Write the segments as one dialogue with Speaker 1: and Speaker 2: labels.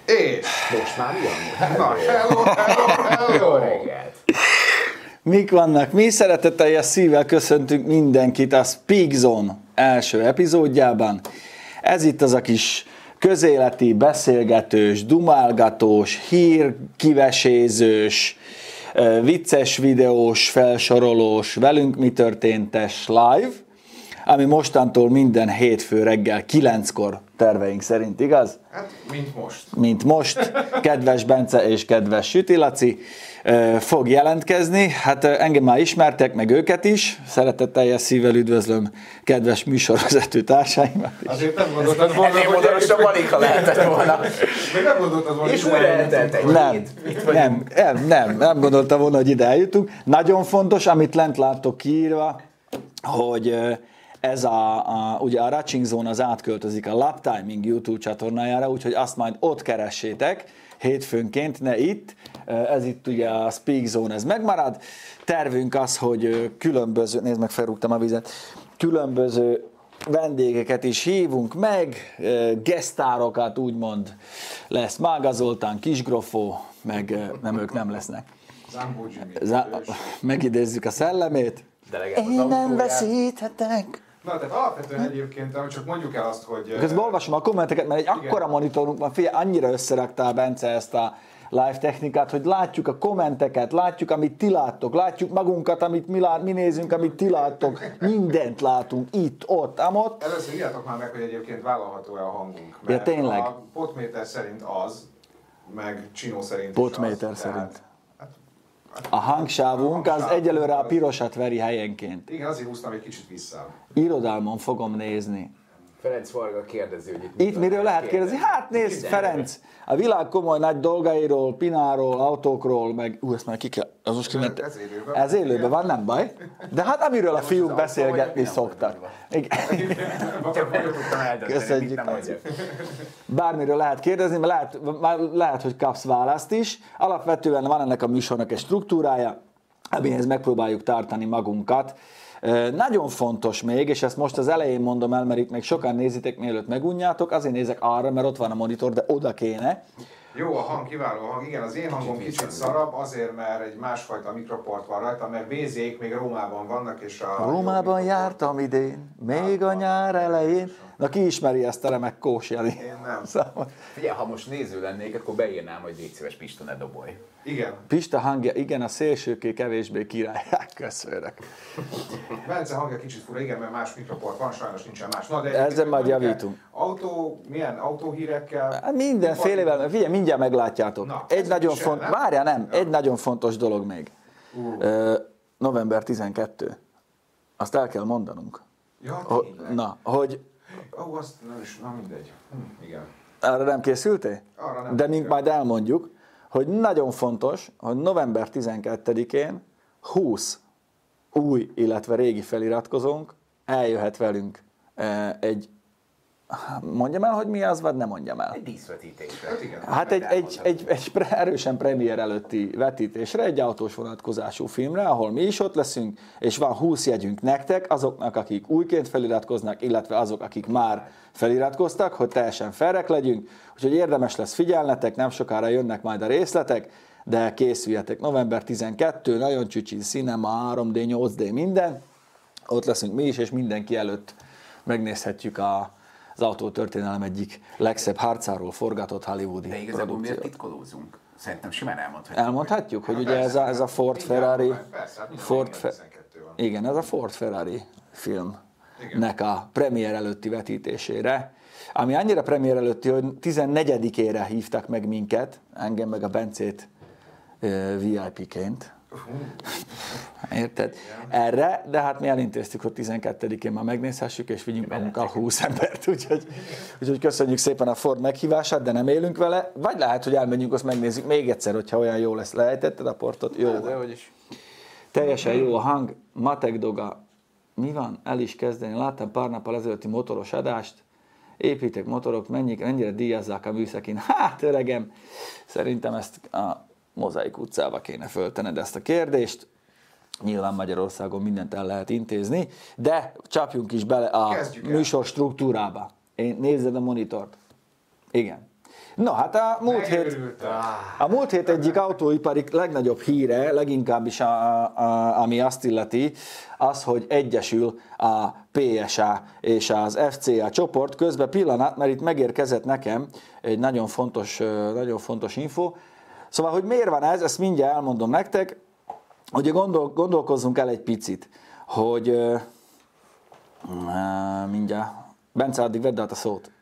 Speaker 1: És
Speaker 2: most már mi van?
Speaker 1: Na, hello reggelt!
Speaker 3: Mik vannak? Mi szeretetteljes szívvel köszöntünk mindenkit a Speak Zone első epizódjában. Ez itt az a kis közéleti, beszélgetős, dumálgatós, hírkivesézős, vicces videós, felsorolós, velünk mi történtes live, ami mostantól minden hétfő reggel 9-kor terveink szerint, igaz?
Speaker 1: Hát, mint most.
Speaker 3: Mint most, kedves Bence és kedves Süti Laci fog jelentkezni. Hát engem már ismertek, meg őket is. Szeretetteljes szívvel üdvözlöm kedves műsorvezető társaimat is.
Speaker 1: Azért nem gondoltad volna,
Speaker 2: hogy modoros a Balika lehetett volna.
Speaker 1: Még nem gondoltad volna,
Speaker 2: és újra elteltek.
Speaker 3: Nem gondoltam volna, hogy ide eljutunk. Nagyon fontos, amit lent láttok kiírva, hogy ez ugye a Ratching Zone az átköltözik a Lap Timing YouTube csatornájára, úgyhogy azt majd ott keressétek, hétfőnként, ne itt. Ez itt ugye a Speak Zone, ez megmarad. Tervünk az, hogy különböző, nézd meg, felrúgtam a vizet, különböző vendégeket is hívunk meg, gesztárokat úgymond, lesz Mága Zoltán, Kisgrofó, meg nem, ők nem lesznek.
Speaker 1: Zambó Jimmy.
Speaker 3: Megidézzük a szellemét. Én nem veszíthetek.
Speaker 1: Na, tehát alapvetően egyébként, csak mondjuk el azt, hogy...
Speaker 3: Közben olvasom a kommenteket, mert egy akkora monitorunk van, figyelj, annyira összerakta a Bence ezt a live technikát, hogy látjuk a kommenteket, látjuk, amit ti láttok, látjuk magunkat, amit mi nézünk, amit ti láttok, mindent látunk, itt, ott, amott.
Speaker 1: Először írjátok már meg, hogy egyébként vállalható-e a hangunk.
Speaker 3: Ja, tényleg.
Speaker 1: A potméter szerint az, meg Csinó szerint
Speaker 3: Potméter
Speaker 1: is az.
Speaker 3: szerint. A hangsávunk az egyelőre a pirosat veri helyenként.
Speaker 1: Igen, azért húztam egy kicsit vissza.
Speaker 3: Irodalmon fogom nézni.
Speaker 2: Ferenc Varga kérdezi, hogy
Speaker 3: Itt miről lehet kérdezni? Hát nézd, Ferenc, a világ komoly nagy dolgairól, Pináról, autókról, meg... ezt már ki kell... Az most kiment... Ez élőben van, nem baj. De hát amiről a fiúk beszélgetni szoktak. Igen. Köszönjük. Bármiről lehet kérdezni, mert lehet, hogy kapsz választ is. Alapvetően van ennek a műsornak egy struktúrája, amihez megpróbáljuk tartani magunkat. Nagyon fontos még, és ezt most az elején mondom el, mert itt még sokan nézitek, mielőtt megunjátok, azért nézek arra, mert ott van a monitor, de oda kéne.
Speaker 1: Jó a hang, kiváló a hang. Igen, az én hangom kicsit szarabb, azért, mert egy másfajta mikroport van rajta, mert BZ-ék még Rómában vannak, és a...
Speaker 3: Rómában jártam idén, még a nyár elején. Na, ki ismeri ezt a remek Kós Jani?
Speaker 1: Én nem.
Speaker 3: Szóval...
Speaker 2: Figyelj, ha most néző lennék, akkor beírnám, hogy légy szíves, Pista, ne dobolj.
Speaker 1: Igen.
Speaker 3: Pista hangja, igen, a szélsőké kevésbé királyák, köszönök.
Speaker 1: Bence hangja kicsit fura, igen, mert más mikroport van, sajnos nincsen más. Na, de
Speaker 3: ezzel majd javítunk.
Speaker 1: Milyen autóhírekkel?
Speaker 3: Hát mindenfélevel, figyelj, mindjárt meglátjátok.
Speaker 1: Na,
Speaker 3: egy nagyon fontos, várjál, nem, egy nagyon fontos dolog még. November 12. Azt el kell mondanunk.
Speaker 1: Ja,
Speaker 3: na, hogy...
Speaker 1: azt nem is, na mindegy. Igen.
Speaker 3: Arra nem készültél?
Speaker 1: Arra nem.
Speaker 3: De mink majd elmondjuk, hogy nagyon fontos, hogy november 12-én 20 új, illetve régi feliratkozónk eljöhet velünk egy, mondjam el, hogy mi az, vagy nem mondjam el?
Speaker 2: Egy díszvetítésre.
Speaker 3: Hát egy erősen premier előtti vetítésre, egy autós vonatkozású filmre, ahol mi is ott leszünk, és van 20 jegyünk nektek, azoknak, akik újként feliratkoznak, illetve azok, akik már feliratkoztak, hogy teljesen ferrek legyünk, úgyhogy érdemes lesz figyelnetek, nem sokára jönnek majd a részletek, de készüljetek. November 12, nagyon csücsi, cinema, 3D, 8D, minden, ott leszünk mi is, és mindenki előtt megnézhetjük az autótörténelem egyik legszebb harcáról forgatott hollywoodi
Speaker 2: de igazából
Speaker 3: produkciót.
Speaker 2: miért titkolózunk? Szerintem simán elmondhatjuk.
Speaker 3: Elmondhatjuk, hogy ugye ez a Ford Ferrari,
Speaker 1: igen,
Speaker 3: ez a Ford Ferrari filmnek a premier előtti vetítésére, ami annyira premier előtti, hogy 14-ére hívtak meg minket, engem meg a Bencét VIP-ként. Érted? Erre, de hát mi elintéztük, hogy 12-én már megnézhessük, és vigyünk magunkkal 20 embert, úgyhogy köszönjük szépen a Ford meghívását, de nem élünk vele, vagy lehet, hogy elmenjünk, azt megnézzük még egyszer, hogyha olyan jó lesz. Lejtetted a portot? Jó.
Speaker 2: De hogy is.
Speaker 3: Teljesen jó a hang, Matek Doga, mi van? El is kezdeni, láttam pár nappal ezelőtti motoros adást, építek motorok, mennyire díjazzák a műszakin. Hát öregem, szerintem ezt a Mozaik utcába kéne föltened ezt a kérdést. Nyilván Magyarországon mindent el lehet intézni, de csapjunk is bele a műsor struktúrába. Nézzed a monitort. Igen. No, hát a múlt hét egyik autóipari legnagyobb híre, leginkább is ami azt illeti, az, hogy egyesül a PSA és az FCA csoport. Közben pillanat, mert itt megérkezett nekem egy nagyon fontos info. Szóval, hogy miért van ez, ezt mindjárt elmondom nektek. Ugye gondolkozzunk el egy picit, hogy mindjárt, Bence, addig vedd át a szót.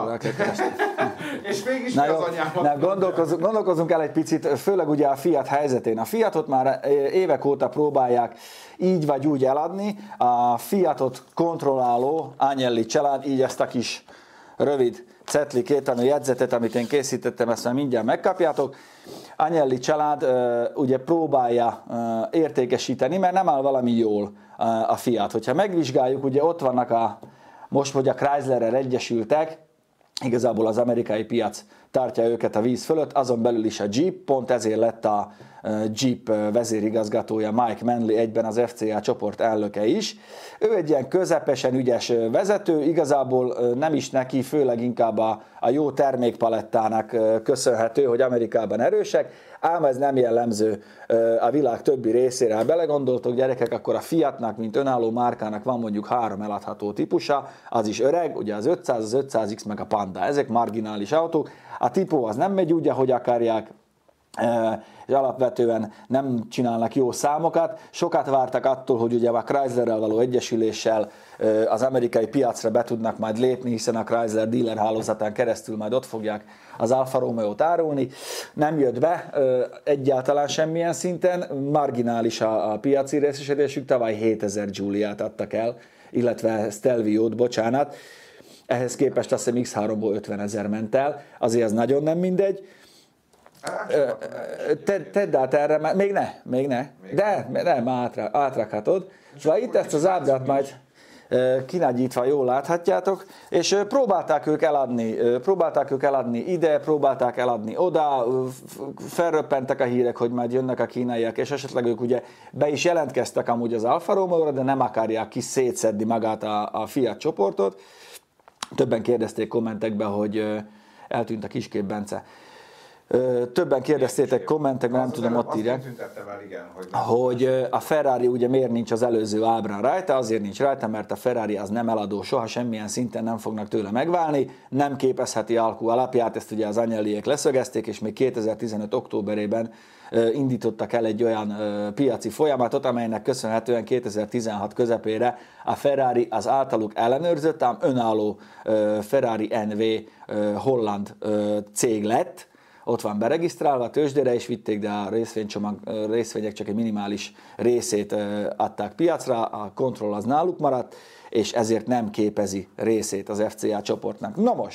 Speaker 1: És mégis mi az anyámat?
Speaker 3: Gondolkozunk el egy picit, főleg ugye a Fiat helyzetén. A Fiatot már évek óta próbálják így vagy úgy eladni. A Fiatot kontrolláló Agnelli család, így ezt a kis rövid cetli kéttanú jegyzetet, amit én készítettem, ezt már mindjárt megkapjátok. Agnelli család ugye próbálja értékesíteni, mert nem áll valami jól a Fiat. Hogyha megvizsgáljuk, ugye ott vannak most, hogy a Chryslerrel egyesültek, igazából az amerikai piac tartja őket a víz fölött, azon belül is a Jeep, pont ezért lett a Jeep vezérigazgatója Mike Manley, egyben az FCA csoport elnöke is. Ő egy ilyen közepesen ügyes vezető, igazából nem is neki, főleg inkább a jó termékpalettának köszönhető, hogy Amerikában erősek, ám ez nem jellemző a világ többi részére. Ha belegondoltok, gyerekek, akkor a Fiatnak, mint önálló márkának van mondjuk 3 eladható típusa, az is öreg, ugye az 500, az 500X meg a Panda, ezek marginális autók. A Tipo az nem megy úgy, ahogy akarják, és alapvetően nem csinálnak jó számokat. Sokat vártak attól, hogy ugye a Chryslerrel való egyesüléssel az amerikai piacra be tudnak majd lépni, hiszen a Chrysler dealer hálózatán keresztül majd ott fogják az Alfa Romeo-t árulni. Nem jött be egyáltalán semmilyen szinten, marginális a piaci részesedésük, tavaly 7000 Giuliát adtak el, illetve Stelviót, bocsánat. Ehhez képest azt hiszem X3-ból 50 000 ment el, azért ez nagyon nem mindegy. Tedd át erre, még ne. De már átrakhatod. Szóval itt ezt az ábrát majd kinagyítva jól láthatjátok, és próbálták ők eladni ide, próbálták eladni oda, felröppentek a hírek, hogy majd jönnek a kínaiak, és esetleg ők ugye be is jelentkeztek amúgy az Alfa Romeo-ra, de nem akarják ki szétszedni magát a Fiat csoportot. Többen kérdezték kommentekben, hogy eltűnt a kiskép Bence. Többen kérdeztétek kommentekben, nem tudom, ott írják, hogy a Ferrari ugye miért nincs az előző ábrán rajta, azért nincs rajta, mert a Ferrari az nem eladó, soha semmilyen szinten nem fognak tőle megválni, nem képezheti alkú alapját, ezt ugye az Agnelliek leszögezték, és még 2015. októberében indítottak el egy olyan piaci folyamatot, amelynek köszönhetően 2016 közepére a Ferrari az általuk ellenőrzött, ám önálló Ferrari NV holland cég lett. Ott van beregisztrálva, a tőzsdére is vitték, de a részvények csak egy minimális részét adták piacra, a kontroll az náluk maradt, és ezért nem képezi részét az FCA csoportnak. Na most,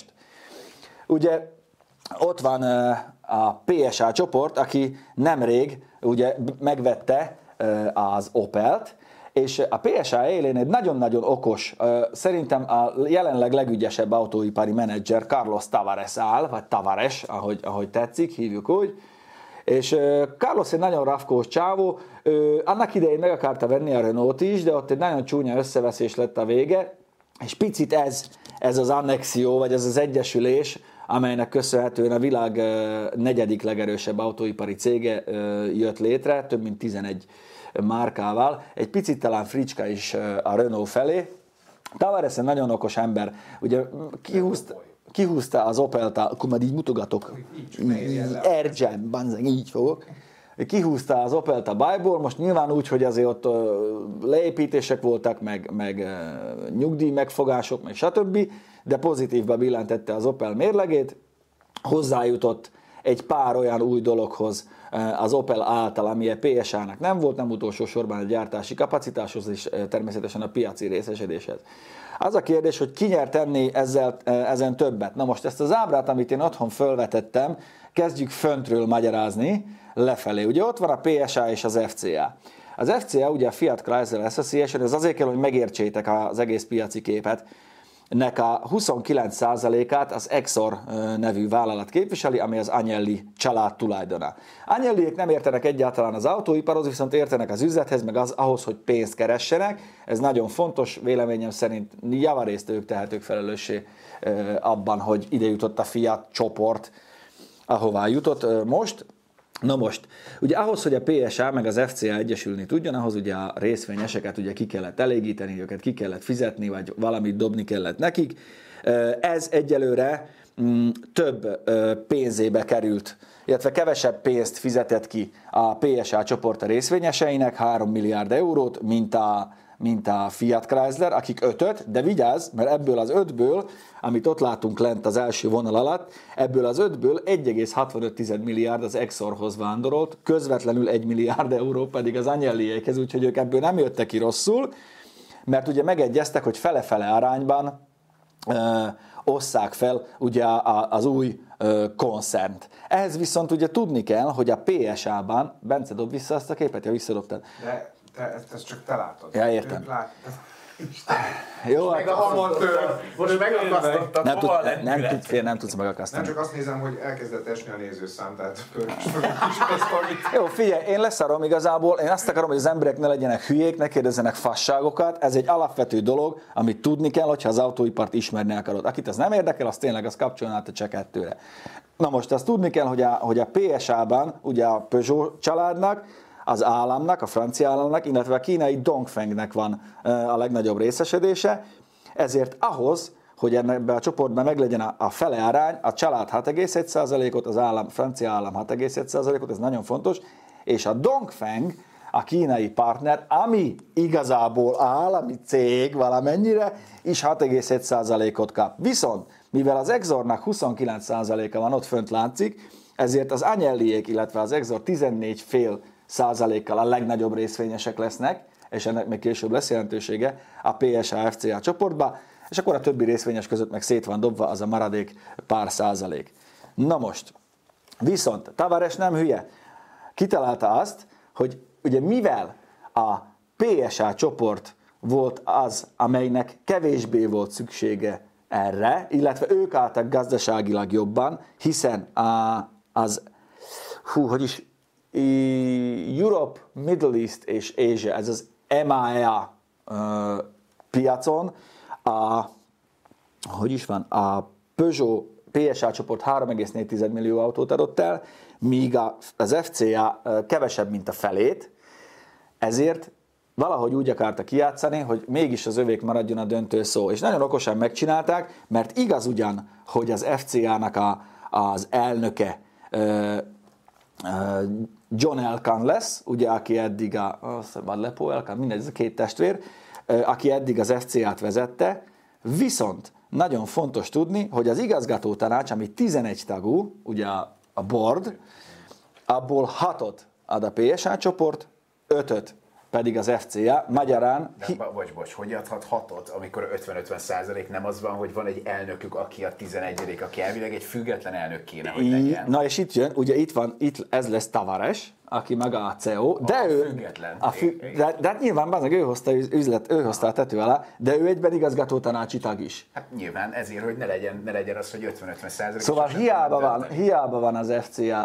Speaker 3: ugye ott van a PSA csoport, aki nemrég ugye megvette az Opelt, és a PSA élén egy nagyon-nagyon okos, szerintem a jelenleg legügyesebb autóipari menedzser Carlos Tavares áll, vagy Tavares, ahogy tetszik, hívjuk úgy. És Carlos egy nagyon rafkós csávó, annak idején meg akarta venni a Renault is, de ott egy nagyon csúnya összeveszés lett a vége, és picit ez az annexió, vagy ez az egyesülés, amelynek köszönhetően a világ 4. legerősebb autóipari cége jött létre, több mint 11 márkával, egy picit talán fricska is a Renault felé. Tavares egy nagyon okos ember, ugye kihúzta az Opelt, akkor már így mutogatok, Ergyem, banzeg, így fogok. Kihúzta az Opelt a bajból, most nyilván úgy, hogy azért ott leépítések voltak, meg nyugdíj megfogások, meg stb., de pozitívba billentette az Opel mérlegét, hozzájutott egy pár olyan új dologhoz az Opel által, ami a PSA-nak nem volt, nem utolsó sorban a gyártási kapacitáshoz és természetesen a piaci részesedéshez. Az a kérdés, hogy ki nyer tenni ezen többet. Na most ezt az ábrát, amit én otthon fölvetettem, kezdjük föntről magyarázni lefelé. Ugye ott van a PSA és az FCA. Az FCA, ugye a Fiat Chrysler Association, ez azért kell, hogy megértsétek az egész piaci képet, nek a 29%-át az Exor nevű vállalat képviseli, ami az Agnelli család tulajdona. Agnelliek nem értenek egyáltalán az autóiparhoz, viszont értenek az üzlethez, meg ahhoz, hogy pénzt keressenek. Ez nagyon fontos, véleményem szerint javarészt ők tehetők felelőssé abban, hogy ide jutott a Fiat csoport ahová jutott most. Na most, ugye ahhoz, hogy a PSA meg az FCA egyesülni tudjon, ahhoz ugye a részvényeseket ugye ki kellett elégíteni, őket ki kellett fizetni, vagy valamit dobni kellett nekik. Ez egyelőre több pénzébe került, illetve kevesebb pénzt fizetett ki a PSA csoport a részvényeseinek, 3 milliárd eurót, mint a Fiat Chrysler, akik 5-öt, de vigyázz, mert ebből az 5-ből, amit ott látunk lent az első vonal alatt, ebből az 5-ből 1,65 milliárd az Exorhoz vándorolt, közvetlenül 1 milliárd euró pedig az Agnelliékhez, úgyhogy ők ebből nem jöttek ki rosszul, mert ugye megegyeztek, hogy fele-fele arányban osszák fel ugye az új koncernt. Ehhez viszont ugye tudni kell, hogy a PSA-ban, Bence, dob vissza azt a képet, ja, visszadobtad.
Speaker 1: De ezt csak te látod.
Speaker 3: Ja, értem.
Speaker 1: Jó, meg a amatőr.
Speaker 2: Most megakasztottad,
Speaker 3: nem tudsz megakasztani.
Speaker 1: Nem csak azt nézem, hogy elkezdett esni a nézőszám, tehát
Speaker 3: Jó, figyelj, én leszarom igazából, én azt akarom, hogy az emberek ne legyenek hülyék, ne kérdezzenek fasságokat, ez egy alapvető dolog, amit tudni kell, hogyha az autóipart ismerni akarod. Akit ez nem érdekel, az tényleg az kapcsoljon át a Cseh 2-re. Na most azt tudni kell, hogy a PSA-ban, ugye a Peugeot családnak, az államnak, a francia államnak, illetve a kínai Dongfengnek van a legnagyobb részesedése, ezért ahhoz, hogy ebben a csoportban meglegyen a fele arány, a család 6,1%-ot, az állam, francia állam 6,1%-ot, ez nagyon fontos, és a Dongfeng, a kínai partner, ami igazából állami cég valamennyire, is 6,1%-ot kap. Viszont, mivel az Exornak 29%-a van ott fönt látszik, ezért az Agnelliék, illetve az Exor 14,5%-kal a legnagyobb részvényesek lesznek, és ennek még később lesz jelentősége a PSA FCA csoportba, és akkor a többi részvényes között meg szét van dobva az a maradék pár százalék. Na most, viszont Tavares nem hülye. Kitalálta azt, hogy ugye mivel a PSA csoport volt az, amelynek kevésbé volt szüksége erre, illetve ők álltak gazdaságilag jobban, hiszen az Europe, Middle East és Asia, ez az EMEA piacon, a Peugeot PSA csoport 3,4 millió autót adott el, míg az FCA kevesebb, mint a felét, ezért valahogy úgy akarta kijátszani, hogy mégis az övék maradjon a döntő szó. És nagyon okosan megcsinálták, mert igaz ugyan, hogy az FCA-nak az elnöke John Elkann lesz, ugye, aki eddig vagy Lepo Elkann, mindegy, ez a két testvér, aki eddig az FCA-t vezette, viszont nagyon fontos tudni, hogy az igazgató tanács, ami 11 tagú, ugye a board, abból 6-ot ad a PSA csoport, 5-öt pedig az FCA, magyarán...
Speaker 2: Bocs, hogy adhat 6-ot, amikor 50-50% nem az van, hogy van egy elnökük, aki a 11., aki elvileg egy független elnök kéne, hogy legyen.
Speaker 3: Na és itt jön, ugye ez lesz Tavares, aki maga a CEO, de ő...
Speaker 2: Független.
Speaker 3: De hát nyilván ő hozta ő hozta a tető alá, de ő egyben igazgatótanácsi tag is.
Speaker 2: Hát nyilván ezért, hogy ne legyen az, hogy 50-50%.
Speaker 3: Szóval hiába van az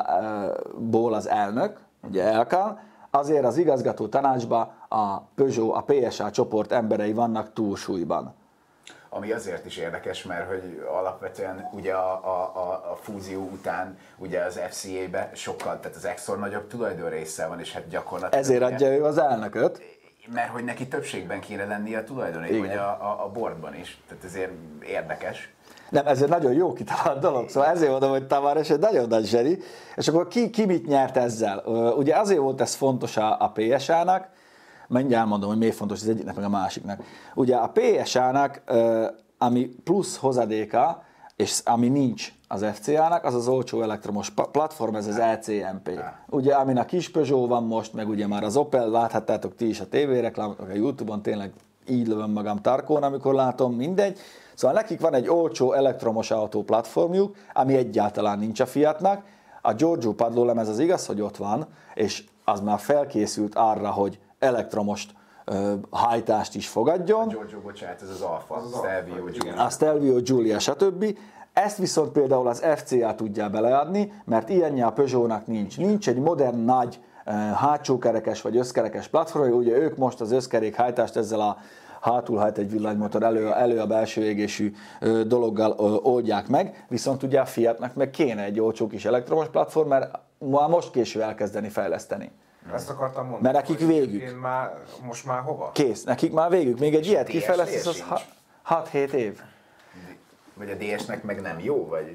Speaker 3: FCA-ból az elnök, ugye Elkann, azért az igazgató tanácsban a Peugeot, a PSA csoport emberei vannak túlsúlyban.
Speaker 2: Ami azért is érdekes, mert hogy alapvetően ugye a fúzió után ugye az FCA-be sokkal, tehát az Exor nagyobb tulajdonrésszel van, és hát gyakorlatilag...
Speaker 3: Ezért adja ő az elnököt.
Speaker 2: Mert hogy neki többségben kéne lennie a tulajdonét, vagy a boardban is. Tehát ezért érdekes.
Speaker 3: Nem, ez egy nagyon jó kitalált dolog, szóval ezért mondom, hogy Tavares egy nagyon nagy zseni, és akkor ki mit nyert ezzel? Ugye azért volt ez fontos a PSA-nak, mindjárt elmondom, hogy miért fontos az egyiknek, meg a másiknak. Ugye a PSA-nak, ami plusz hozadéka, és ami nincs az FCA-nak, az az olcsó elektromos platform, ez az ECMP. Ugye, amin a kis Peugeot van most, meg ugye már az Opel, láthattátok ti is a tévéreklámot, a YouTube-on, tényleg így lövöm magam tarkón, amikor látom, mindegy. Szóval nekik van egy olcsó elektromos autó platformjuk, ami egyáltalán nincs a Fiatnak. A Giorgio padlólemez az igaz, hogy ott van, és az már felkészült arra, hogy elektromos hajtást is fogadjon.
Speaker 2: A Giorgio, bocsánat, ez az Alfa, Stelvio Giulia.
Speaker 3: A Stelvio Giulia, stb. Ezt viszont például az FCA tudja beleadni, mert ilyenje a Peugeotnak nincs. Nincs egy modern nagy hátsókerekes vagy összkerekes platformja, ugye ők most az összkerékhajtást ezzel a hátulhajt egy villanymotor elő a belső égésű dologgal oldják meg, viszont ugye a Fiatnak meg kéne egy olcsó kis elektromos platform, mert már most késő elkezdeni fejleszteni.
Speaker 1: Ezt akartam mondani.
Speaker 3: Mert nekik végük.
Speaker 1: Most már hova?
Speaker 3: Kész, nekik már végük. Még egy ilyet kifejlesztesz, az 6-7 év.
Speaker 2: Vagy a DS-nek meg nem jó, vagy...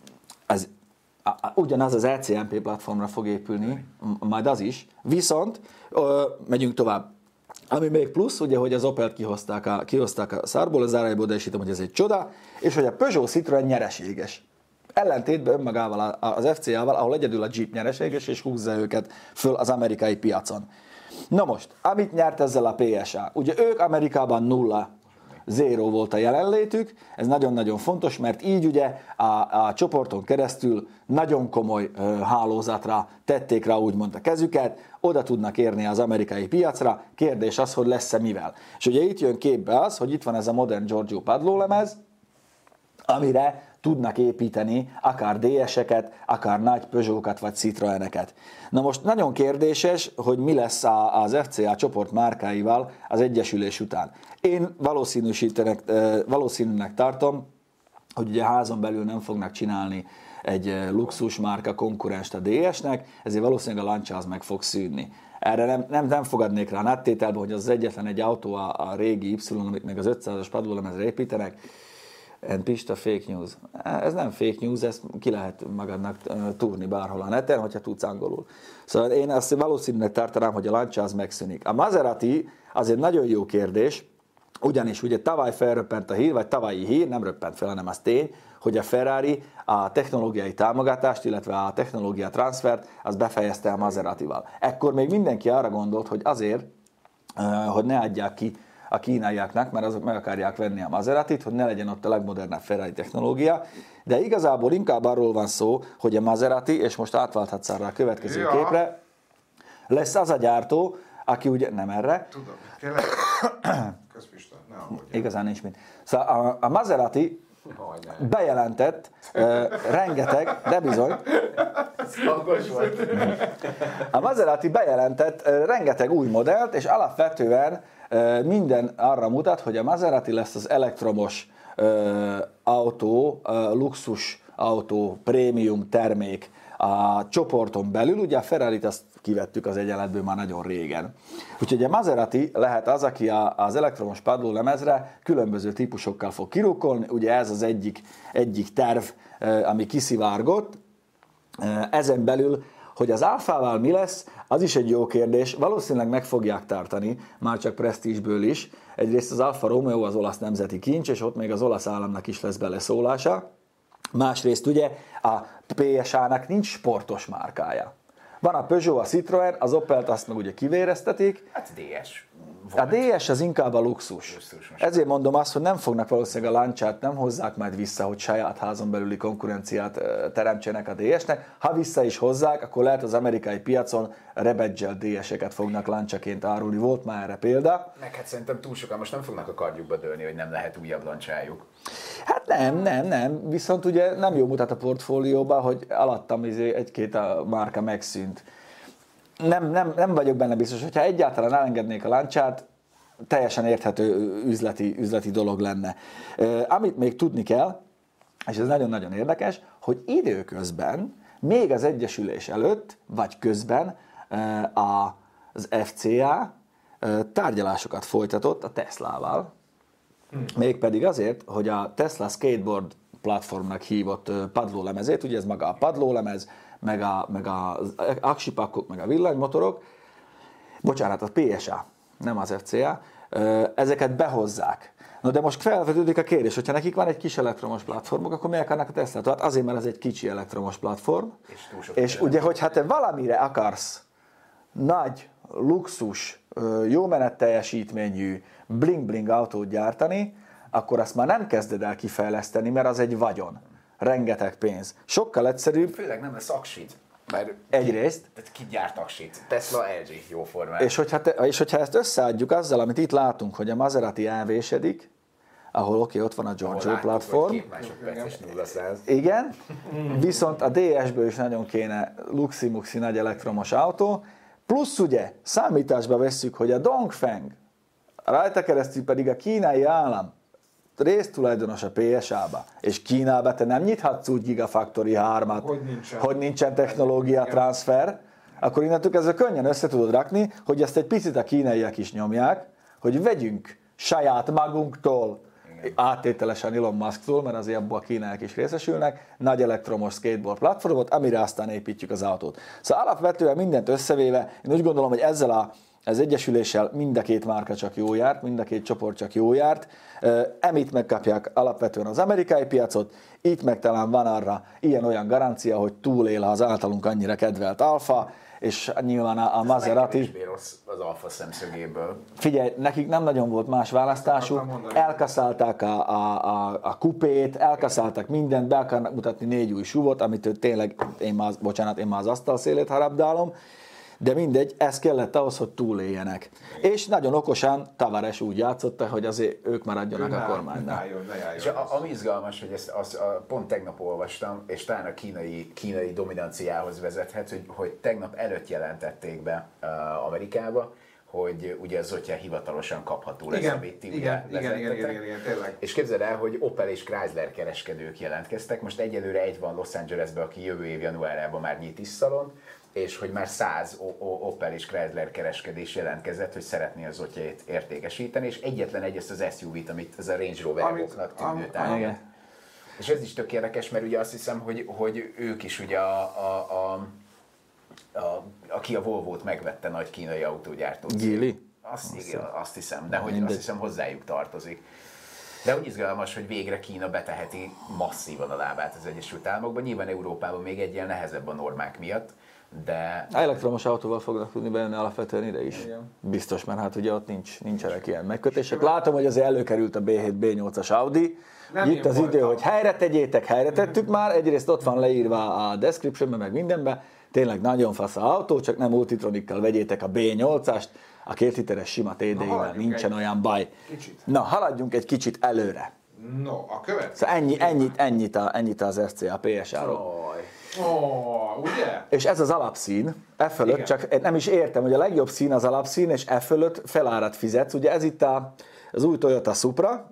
Speaker 3: Ugyanaz az ECMP platformra fog épülni, majd az is, viszont megyünk tovább. Ami még plusz, ugye, hogy az Opelt kihozták a szárból, az áraiból, de is hittem, hogy ez egy csoda, és hogy a Peugeot Citroën nyereséges. Ellentétben önmagával az FCA-val, ahol egyedül a Jeep nyereséges, és húzza őket föl az amerikai piacon. Na most, amit nyert ezzel a PSA? Ugye ők Amerikában 0 volt a jelenlétük, ez nagyon-nagyon fontos, mert így ugye a csoporton keresztül nagyon komoly hálózatra tették rá úgymond a kezüket, oda tudnak érni az amerikai piacra, kérdés az, hogy lesz-e mivel. És ugye itt jön képbe az, hogy itt van ez a modern Giorgio padlólemez, amire tudnak építeni akár DS-eket, akár nagy Peugeot-kat vagy Citroeneket. Na most nagyon kérdéses, hogy mi lesz az FCA csoport márkáival az egyesülés után. Én valószínűnek tartom, hogy ugye házon belül nem fognak csinálni egy luxus márka konkurenst a DS-nek, ezért valószínűleg a Lancia az meg fog szűnni. Erre nem fogadnék rá áttételbe, hogy az egyetlen egy autó a régi Y, amit meg az 500-as padlólemezre építenek. Pista, fake news. Ez nem fake news, ezt ki lehet magadnak túrni bárhol a neten, hogyha tudsz angolul. Szóval én azt valószínűleg tartanám, hogy a Lancia az megszűnik. A Maserati az egy nagyon jó kérdés, ugyanis ugye tavaly felröppent a hír, vagy tavalyi hír, nem röppent fel, hanem az tény, hogy a Ferrari a technológiai támogatást, illetve a technológia transfert, az befejezte a Maseratival. Ekkor még mindenki arra gondolt, hogy azért, hogy ne adják ki a kínaiaknak, mert azok meg akarják venni a Maseratit, hogy ne legyen ott a legmodernebb Ferrari technológia, de igazából inkább arról van szó, hogy a Maserati, és most átválthatsz arra a következő képre, lesz az a gyártó, aki ugye nem erre.
Speaker 1: Tudom, kérlek. Közpista, ne aggódj.
Speaker 3: Igazán nincs mit. Szóval a Maserati bejelentett rengeteg, de bizony. A Maserati bejelentett rengeteg új modellt, és alapvetően minden arra mutat, hogy a Maserati lesz az elektromos autó, luxus autó, prémium termék a csoporton belül. Ugye a Ferrarit azt kivettük az egyenletből már nagyon régen. Úgyhogy a Maserati lehet az, aki az elektromos padlólemezre különböző típusokkal fog kirúkolni. Ugye ez az egyik terv, ami kiszivárgott. Ezen belül, hogy az Alfával mi lesz, az is egy jó kérdés. Valószínűleg meg fogják tartani, már csak presztízsből is. Egyrészt az Alfa Romeo az olasz nemzeti kincs, és ott még az olasz államnak is lesz beleszólása. Másrészt ugye a PSA-nak nincs sportos márkája. Van a Peugeot, a Citroën, az Opelt azt meg ugye kivéreztetik.
Speaker 2: Hát DS.
Speaker 3: A DS az inkább a luxus. Ezért mondom azt, hogy nem fognak valószínűleg a Lanciát, nem hozzák majd vissza, hogy saját házon belüli konkurenciát teremtsenek a DS-nek. Ha vissza is hozzák, akkor lehet az amerikai piacon rebadgelt DS-eket fognak Lanciaként árulni. Volt már erre példa.
Speaker 2: Meg hát szerintem túl sokan most nem fognak a kardjukba dőlni, hogy nem lehet újabb Lanciájuk.
Speaker 3: Hát nem. Viszont ugye nem jó mutat a portfólióban, hogy alattam egy-két a márka megszűnt. Nem vagyok benne biztos, hogyha egyáltalán elengednék a Lanciát, teljesen érthető üzleti dolog lenne. Amit még tudni kell, és ez nagyon-nagyon érdekes, hogy időközben, még az egyesülés előtt, vagy közben az FCA tárgyalásokat folytatott a Teslával, mégpedig azért, hogy a Tesla skateboard platformnak hívott padlólemezét, ugye ez maga a padlólemez, meg az aksipakok, meg a villanymotorok, bocsánat, a PSA, nem az FCA, ezeket behozzák. No de most felvetődik a kérdés, hogyha nekik van egy kis elektromos platformok, akkor miért akarnak a Teslát? Hát azért, mert ez egy kicsi elektromos platform, és ugye, hogyha te valamire akarsz nagy, luxus, jó menetteljesítményű, bling-bling autót gyártani, akkor azt már nem kezded el kifejleszteni, mert az egy vagyon. Rengeteg pénz. Sokkal egyszerűbb.
Speaker 2: Főleg nem lesz aksit.
Speaker 3: Egyrészt.
Speaker 2: Tehát ki gyárt aksit? Tesla, LG, jó formán.
Speaker 3: És hogyha ezt összeadjuk azzal, amit itt látunk, hogy a Maserati elvésedik, ahol ott van a Giorgio platform.
Speaker 2: 2 másodperces 0-100.
Speaker 3: Igen, viszont a DS-ből is nagyon kéne luxi-muxi nagy elektromos autó, Plusz ugye számításba vesszük, hogy a Dongfeng, rajta keresztül pedig a kínai állam résztulajdonos a PSA-ba, és Kínába te nem nyithatsz úgy Gigafactory 3-at, hogy nincsen technológia transfer, akkor innentől kezdve könnyen össze tudod rakni, hogy ezt egy picit a kínaiak is nyomják, hogy vegyünk saját magunktól, áttételesen Elon Musktól, mert azért abból a kínaiak is részesülnek, nagy elektromos skateboard platformot, amire aztán építjük az autót. Szóval alapvetően mindent összevéve, én úgy gondolom, hogy ezzel az egyesüléssel mind a két márka csak jó járt, mind a két csoport csak jó járt. Emitt megkapják alapvetően az amerikai piacot, itt meg talán van arra ilyen-olyan garancia, hogy túlél az általunk annyira kedvelt Alfa, és nyilván a Maserati...
Speaker 2: rossz az Alfa szemszögéből.
Speaker 3: Figyelj, nekik nem nagyon volt más választásuk, elkaszálták a kupét, elkaszálták mindent, be akarnak mutatni 4 új SUV-ot, amit tényleg, én már az asztal szélét harabdálom, de mindegy, ez kellett ahhoz, hogy túléljenek. És nagyon okosan Tavares úgy játszotta, hogy azért ők maradjanak a kormánynál.
Speaker 2: És ami izgalmas, hogy ezt pont tegnap olvastam, és talán a kínai dominanciához vezethet, hogy tegnap előtt jelentették be Amerikába, hogy ugye az Zotya hivatalosan kapható lesz, amit ti
Speaker 1: igen,
Speaker 2: tényleg. És képzeld el, hogy Opel és Chrysler kereskedők jelentkeztek, most egyelőre egy van Los Angelesben, aki jövő év januárjában már nyit is szalont, és hogy már 100 Opel és Chrysler kereskedés jelentkezett, hogy szeretné az Zotyát értékesíteni, és egyetlen egy ezt az SUV-t, amit az a Range Rover-oknak tűnő támogat. És ez is tök érdekes, mert ugye azt hiszem, hogy ők is ugye aki a Volvo-t megvette, nagy kínai autógyártó.
Speaker 3: Geely?
Speaker 2: Azt hiszem, de hogy azt hiszem hozzájuk tartozik. De úgy izgalmas, hogy végre Kína beteheti masszívan a lábát az Egyesült Államokban. Nyilván Európában még egy ilyen nehezebb a normák miatt, de...
Speaker 3: Elektromos autóval fognak tudni bejönni alapvetően ide is. Igen. Biztos, mert hát ugye ott nincsenek ilyen megkötések. Látom, hogy azért előkerült a B7, B8-as Audi. Itt az idő, hogy helyre tegyétek, helyre tettük már. Egyrészt ott van leírva a descriptionben, meg mindenben. Tényleg nagyon fasz a autó, csak nem Multitronikkal vegyétek a B8-ast. A 2 literes sima TDI-vel nincsen olyan baj.
Speaker 1: Kicsit.
Speaker 3: Na, haladjunk egy kicsit előre.
Speaker 1: No, a következő.
Speaker 3: Szóval ennyit az SCA PSA-ról.
Speaker 1: Ugye?
Speaker 3: És ez az alapszín, e fölött, igen. Csak nem is értem, hogy a legjobb szín az alapszín, és e fölött felárat fizetsz. Ugye ez itt az új Toyota Supra,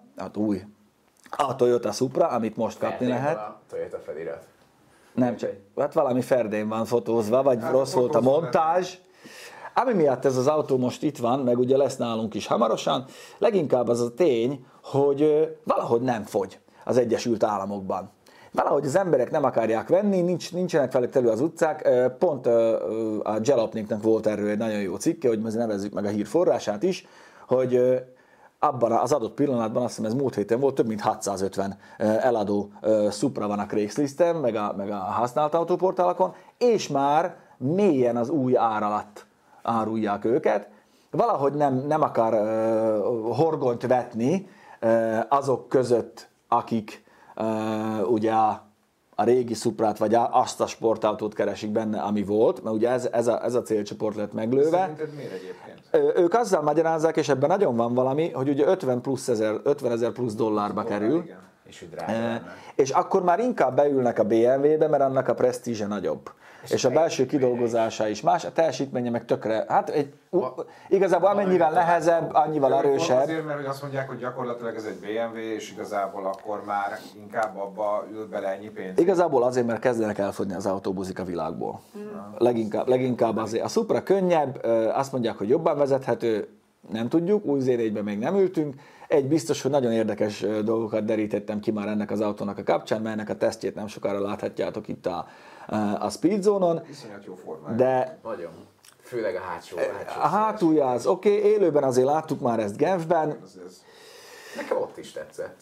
Speaker 3: a Toyota Supra, amit most kapni lehet.
Speaker 2: A Toyota felirat.
Speaker 3: Nem csak, hát valami ferdén van fotózva, vagy rossz volt a montázs. Ami miatt ez az autó most itt van, meg ugye lesz nálunk is hamarosan, leginkább az a tény, hogy valahogy nem fogy az Egyesült Államokban. Valahogy az emberek nem akarják venni, nincsenek velük telő az utcák. Pont a Jalopniknak volt erről egy nagyon jó cikke, hogy most nevezzük meg a hír forrását is, hogy abban az adott pillanatban, azt hiszem ez múlt héten volt, több mint 650 eladó Supra van a Craigslisten, meg a használt autóportálokon, és már mélyen az új ár alatt árulják őket. Valahogy nem akar horgonyt vetni azok között, akik ugye a régi Suprát, vagy azt a sportautót keresik benne, ami volt, mert ugye ez a célcsoport lett meglőve.
Speaker 1: Szerinted miért egyébként?
Speaker 3: Ők azzal magyarázzák, és ebben nagyon van valami, hogy ugye 50 ezer plusz dollárba kerül,
Speaker 1: Igen.
Speaker 3: és akkor már inkább beülnek a BMW-be, mert annak a presztízse nagyobb. És a belső kidolgozása is más, a teljesítménye meg tökre, hát igazából amennyivel nehezebb, annyival erősebb.
Speaker 1: Azért, mert azt mondják, hogy gyakorlatilag ez egy BMW, és igazából akkor már inkább abba ült bele ennyi pénz.
Speaker 3: Igazából azért, mert kezdenek elfogyni az autóbuzik a világból. Leginkább azért. A Supra könnyebb, azt mondják, hogy jobban vezethető, nem tudjuk, új Z4-ben még nem ültünk. Egy biztos, hogy nagyon érdekes dolgokat derítettem ki már ennek az autónak a kapcsán, mert ennek a tesztjét nem sokára láthatjátok itt a Speedzone-on.
Speaker 1: Iszonyat jó formája.
Speaker 3: De
Speaker 2: nagyon. Főleg a hátsó.
Speaker 3: A hátulja az oké, élőben azért láttuk már ezt Genfben.
Speaker 2: Nekem ott is tetszett.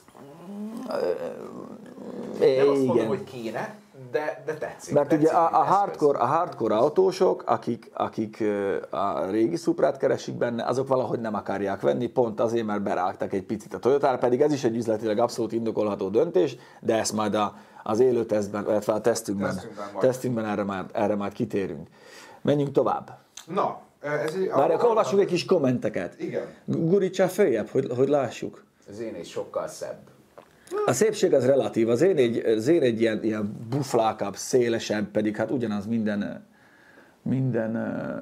Speaker 3: Nem
Speaker 2: azt mondom, hogy kéne, de tetszik.
Speaker 3: Mert ugye a hardcore autósok, akik a régi Suprát keresik benne, azok valahogy nem akarják venni, pont azért, mert berágtak egy picit a Toyotára, pedig ez is egy üzletileg abszolút indokolható döntés, de ezt majd az élő tesztben, illetve a tesztünkben erre már kitérünk. Menjünk tovább.
Speaker 1: Na,
Speaker 3: Várjak, olvassuk egy kis kommenteket.
Speaker 1: Igen.
Speaker 3: Gurítsál följebb, hogy lássuk.
Speaker 2: Az én is sokkal szebb.
Speaker 3: A szépség az relatív, az én egy ilyen buflákabb, szélesebb, pedig hát ugyanaz minden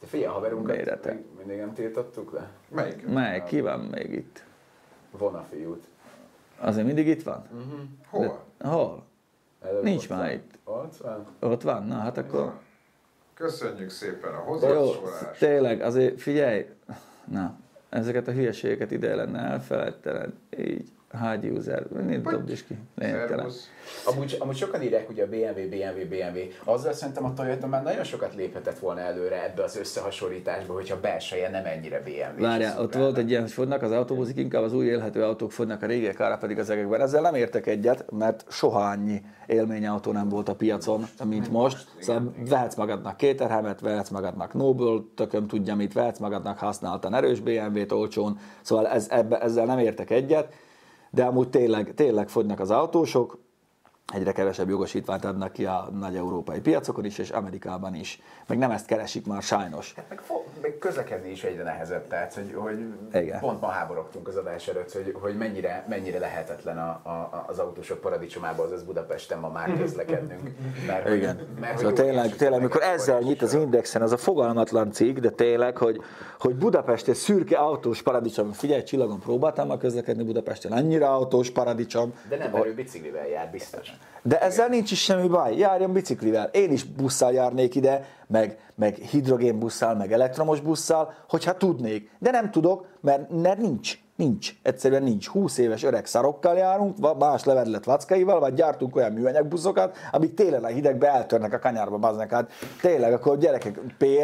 Speaker 2: De figyelj, a haverunkat mindig nem tiltottuk le?
Speaker 3: Melyik? Ki van még itt?
Speaker 2: Vonafiút.
Speaker 3: Azért mindig itt van?
Speaker 1: Hol?
Speaker 3: Hol? Nincs
Speaker 2: ott
Speaker 3: már itt.
Speaker 2: Ott van?
Speaker 3: Ott van? Na hát akkor...
Speaker 1: Köszönjük szépen a
Speaker 3: Jó,
Speaker 1: hozzászólást.
Speaker 3: tényleg, azért figyelj, na, ezeket a hülyeségeket ide lenne elfelejteni, így, hard user, dobd is ki, lényegtelen.
Speaker 2: Amúgy sokan írják, hogy a BMW. Azzal szerintem a Toyota már nagyon sokat léphetett volna előre ebbe az összehasonlításba, hogyha belseje nem ennyire BMW.
Speaker 3: Várjál, ott volt egy ilyen, hogy fogynak az autóbuzik, inkább az új élhető autók fogynak, a régiek ára pedig az egekben. Ezzel nem értek egyet, mert soha annyi élményautó nem volt a piacon, mint most. Szóval vehetsz magadnak Caterhammet, vehetsz magadnak Noble, tököm tudja mit, vehetsz magadnak használtan erős BMW-t olcsón, szóval ezzel nem értek egyet, de amúgy tényleg fogynak az autósok, egyre kevesebb jogosítványt adnak ki a nagy európai piacokon is, és Amerikában is. Meg nem ezt keresik már sajnos.
Speaker 2: Hát meg közlekedni is egyre nehezebb, tehát hogy pont ma háborogtunk az adás előtt, hogy mennyire lehetetlen az autósok paradicsomában, azaz Budapesten ma már közlekednünk.
Speaker 3: Mert szóval tényleg, mikor ezzel nyit az Indexen, az a fogalmatlan cikk, de tényleg, hogy Budapest egy szürke autós paradicsom. Figyelj, Csillagon, próbáltam már közlekedni Budapesten, annyira autós paradicsom.
Speaker 2: De nem, mert ő biciklivel jár, biztos.
Speaker 3: De ezzel nincs is semmi baj, járjon biciklivel. Én is busszal járnék ide, meg hidrogénbusszal, meg elektromos busszal, hogyha tudnék. De nem tudok, mert nincs. Egyszerűen nincs. 20 éves öreg szarokkal járunk, más levedlet vackaival, vagy gyártunk olyan műanyag buszokat, amik télen a hidegbe eltörnek a kanyarba, baznak. Hát tényleg, akkor gyerekek,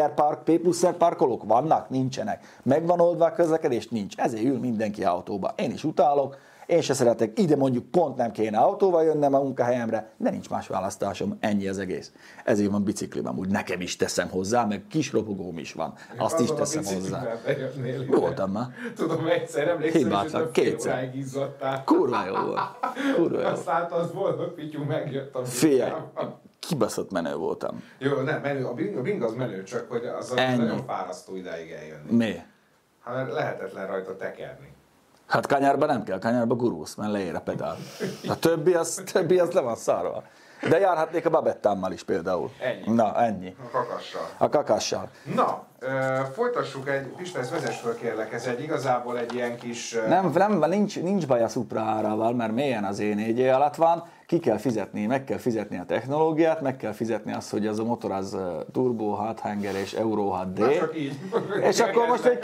Speaker 3: P+R parkolók vannak? Nincsenek. Megvan oldva a közlekedés? Nincs. Ezért ül mindenki autóba. Én is utálok. Én se szeretek, ide mondjuk pont nem kéne autóval jönnem a munkahelyemre, de nincs más választásom, ennyi az egész. Ezért van biciklim, úgy nekem is teszem hozzá, meg kis ropogóm is van, azt is teszem hozzá. Voltam már.
Speaker 1: Tudom, egyszer emlékszem, hogy a fél óráig izzadtál.
Speaker 3: Kurva jó volt.
Speaker 1: Aztán az boldog pityú megjött a
Speaker 3: Figyelj, kibaszott menő voltam.
Speaker 1: Jó, nem, menő, a bring az menő, csak hogy az nagyon fárasztó ideig eljönni.
Speaker 3: Mi?
Speaker 1: Hát lehetetlen rajta tekerni.
Speaker 3: Hát kanyarba nem kell, kanyarba gurulsz, mert leér a pedál. A többi az le van szarva. De járhatnék a babettámmal is például.
Speaker 1: Ennyi.
Speaker 3: Na, ennyi. A kakassal.
Speaker 1: Na, folytassuk egy, Pista, ezt vezess föl kérlek, ez igazából egy ilyen kis...
Speaker 3: Nincs baj a Supra árával, mert mélyen az E4 alatt van, meg kell fizetni a technológiát, meg kell fizetni azt, hogy az a motor az turbo 6 hanger és Euro 6D.
Speaker 1: Csak így.
Speaker 3: És akkor most egy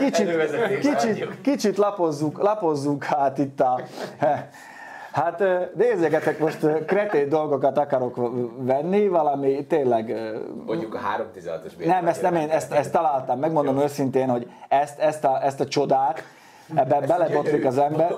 Speaker 3: kicsit lapozzunk hát itt a... Hát nézzegetek, most kretén dolgokat akarok venni, valami tényleg...
Speaker 2: Mondjuk a 316-os BMW.
Speaker 3: Nem, ezt találtam, megmondom őszintén, hogy ezt a csodát, ebben belebotlik az ember.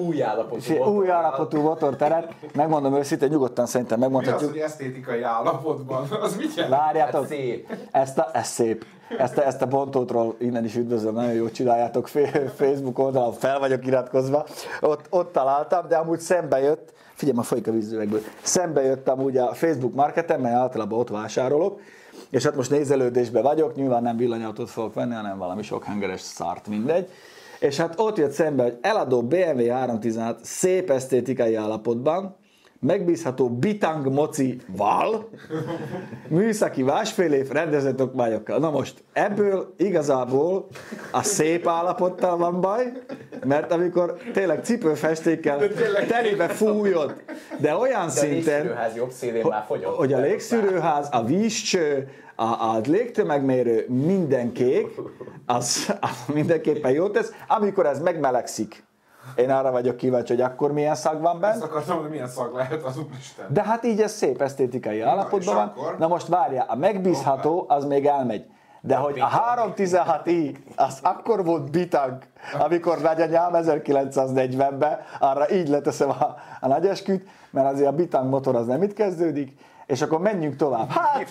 Speaker 3: Új állapotú motorteret. Megmondom őszintén, nyugodtan szerintem megmondhatjuk.
Speaker 1: Mi az, hogy esztétikai állapotban? Az mit jelent?
Speaker 3: Várjátok,
Speaker 2: hát szép.
Speaker 3: Ez szép. Ezt a bontótról innen is üdvözlöm, nagyon jól csináljátok Facebook oldalon, fel vagyok iratkozva. Ott találtam, de amúgy szembe jött, figyelj, már folyik a vízüvegből, szembe jött amúgy a Facebook marketen, mert általában ott vásárolok, és hát most nézelődésben vagyok, nyilván nem villanyautót fogok venni, hanem valami sok hangeres szart, mindegy. És hát ott jött szembe, hogy eladó BMW 316 szép esztétikai állapotban, megbízható bitang moci-val, műszaki másfél év rendezett okmányokkal. Na most ebből igazából a szép állapottal van baj, mert amikor tényleg cipőfestékkel telébe fújod, de olyan szinten, hogy a légszűrőház, a vízcső, a légtömegmérő minden kék, az mindenképpen jót tesz, amikor ez megmelegszik. Én arra vagyok kíváncsi, hogy akkor milyen szag van benne.
Speaker 1: Ezt akartam, hogy milyen szag lehet az úristen.
Speaker 3: De hát így ez szép esztétikai állapotban van.
Speaker 1: Akkor?
Speaker 3: Na most várjál, a megbízható az még elmegy. De hogy a 316i, az akkor volt bitang, amikor nagyanyám 1940-ben, arra így leteszem a nagyesküt, mert azért a bitang motor az nem itt kezdődik, és akkor menjünk tovább. Hát!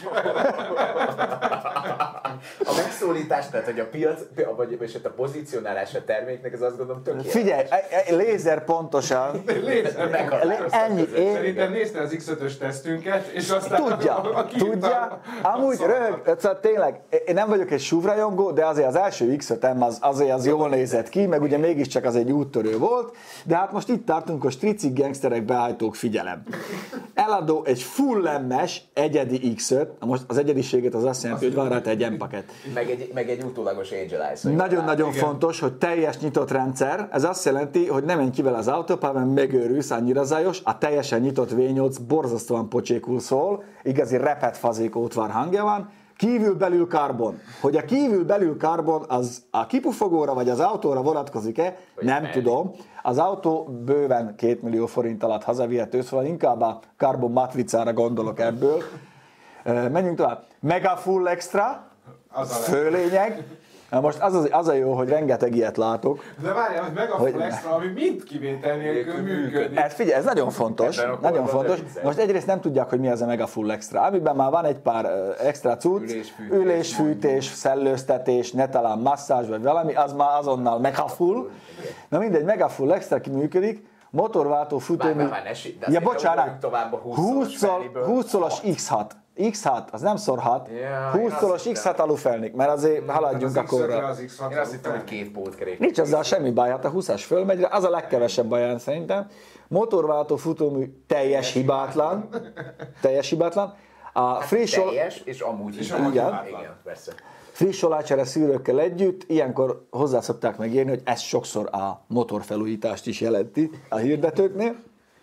Speaker 2: A megszólítás, tehát hogy a piac, vagy a pozícionálás a terméknek, ez azt gondolom tökéletes.
Speaker 3: Figyelj, lézer pontosan. Ennyi.
Speaker 1: Szerintem nézte az X5-ös tesztünket, és aztán
Speaker 3: Tudja. Amúgy szóval tényleg, én nem vagyok egy SUV-rajongó, de azért az első X5-em az jól nézett ki, meg ugye mégiscsak az egy úttörő volt, de hát most itt tartunk, a stricik gangsterek, behajtók, figyelem. eladó egy full lemmes egyedi X5, most az egyediséget az azt jelenti, hogy van rá egy M-paket.
Speaker 2: Meg egy utólagos Angel Eyes.
Speaker 3: Nagyon-nagyon fontos, hogy teljes nyitott rendszer, ez azt jelenti, hogy nem menj ki vele az autópályán, megőrülsz, annyira zajos, a teljesen nyitott V8 borzasztóan pocsékul szól, igazi repet fazék ótvar hangja van, kívül-belül karbon. Hogy a kívül-belül karbon az a kipufogóra vagy az autóra vonatkozik-e, nem tudom. Az autó bőven 2 millió forint alatt hazavihető, szóval inkább a karbon matricára gondolok ebből. Menjünk tovább. Mega full extra, főlényeg. Na most az a jó, hogy rengeteg ilyet látok.
Speaker 1: De várjál, hogy Mega full extra, ami mind kivétel nélkül működik.
Speaker 3: Hát figyelj, ez nagyon fontos. Nagyon fontos. Most egyrészt nem tudják, hogy mi az a Mega full extra, amiben már van egy pár extra cucc, ülésfűtés, szellőztetés, ne talán masszázs vagy valami, az már azonnal Mega full. Na mindegy, Mega full extra működik, motorváltó fűtőmű. Ja, bocsánat, 20-szolos X6. X6, az nem szor 6, 20-szolos X6 alufelnik, mert azért haladjunk a korra.
Speaker 2: Én azt hittem, hogy 2 pótkerék.
Speaker 3: Nincs azzal semmi baj, hát a 20-as fölmegy, az a legkevesebb baján szerintem. Motorváltó futómű teljes hibátlan. A
Speaker 2: teljes, és amúgy is.
Speaker 3: Igen,
Speaker 2: persze.
Speaker 3: Friss olajcsere szűrőkkel együtt, ilyenkor hozzá szokták megírni, hogy ez sokszor a motorfelújítást is jelenti a hirdetőknél.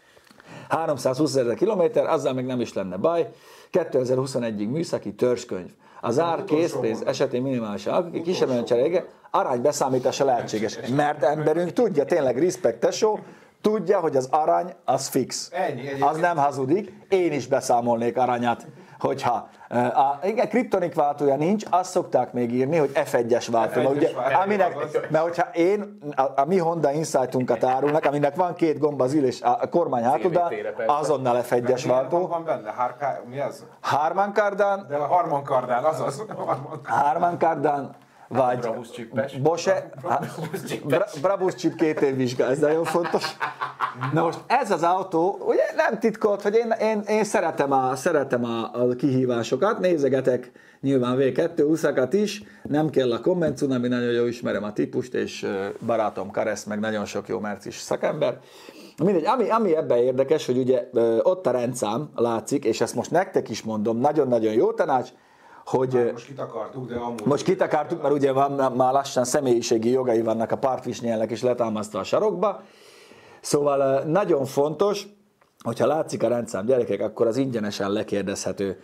Speaker 3: 320 000 kilométer, azzal még nem is lenne baj. 2021-ig műszaki törzskönyv. Az ár készpénz esetén minimálisan kisebben cserége, aránybeszámítása lehetséges. Mert emberünk tudja, tényleg respect tesó, tudja, hogy az arany az fix. Az nem hazudik. Én is beszámolnék aranyat, hogyha igen, kriptonik váltója nincs, azt szokták még írni, hogy F1-es váltó. Mert hogyha a mi Honda Insight-unkat árulnak, aminek van 2 gomb az ülés, a kormány hátuldán, azonnal F1-es váltó.
Speaker 1: Van benne? Mi az?
Speaker 3: Harman Kardon.
Speaker 1: De a Harman Kardon, azaz.
Speaker 3: Harman Kardon, vagy Bose, Brabus Chip 2 év vizsga, ez nagyon fontos. Na most ez az autó, ugye nem titkolt, hogy én szeretem a kihívásokat, nézegetek nyilván V2 úszakat is, nem kell a komment cunami, nagyon jól ismerem a típust, és barátom Karesz, meg nagyon sok jó mercis szakember. Mindegy, ami ebben érdekes, hogy ugye ott a rendszám látszik, és ezt most nektek is mondom, nagyon-nagyon jó tanács, hogy most kitakartuk, mert ugye van már lassan személyiségi jogai vannak a partvisnyelnek is letámasztva a sarokba. Szóval nagyon fontos, hogyha látszik a rendszám, gyerekek, akkor az ingyenesen lekérdezhető.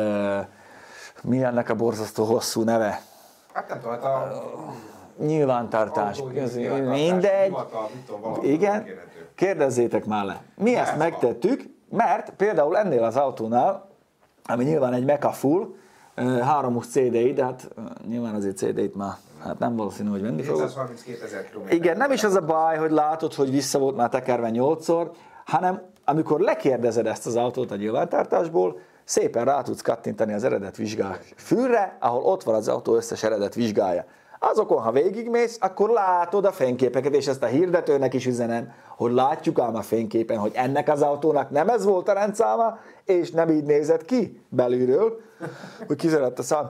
Speaker 3: Mi ennek a borzasztó hosszú neve?
Speaker 1: Hát nem tudom, a
Speaker 3: nyilvántartás. Mindegy. Igen, kérdezzétek már le. Mi ezt megtettük, mert például ennél az autónál, ami nyilván egy Mega full, 3-us CDI, de hát nyilván azért CDI-t már hát nem valószínű, hogy venni fogok.
Speaker 1: 732 000 km.
Speaker 3: Igen, nem is az a baj, hogy látod, hogy vissza volt már tekerve 8-szor, hanem amikor lekérdezed ezt az autót a nyilvántartásból, szépen rá tudsz kattintani az eredet vizsgás fűrre, ahol ott van az autó összes eredet vizsgája. Azokon, ha végigmész, akkor látod a fényképeket, és ezt a hirdetőnek is üzenem, hogy látjuk ám a fényképen, hogy ennek az autónak nem ez volt a rendszáma, és nem így nézett ki belülről, hogy kiszerett a szám.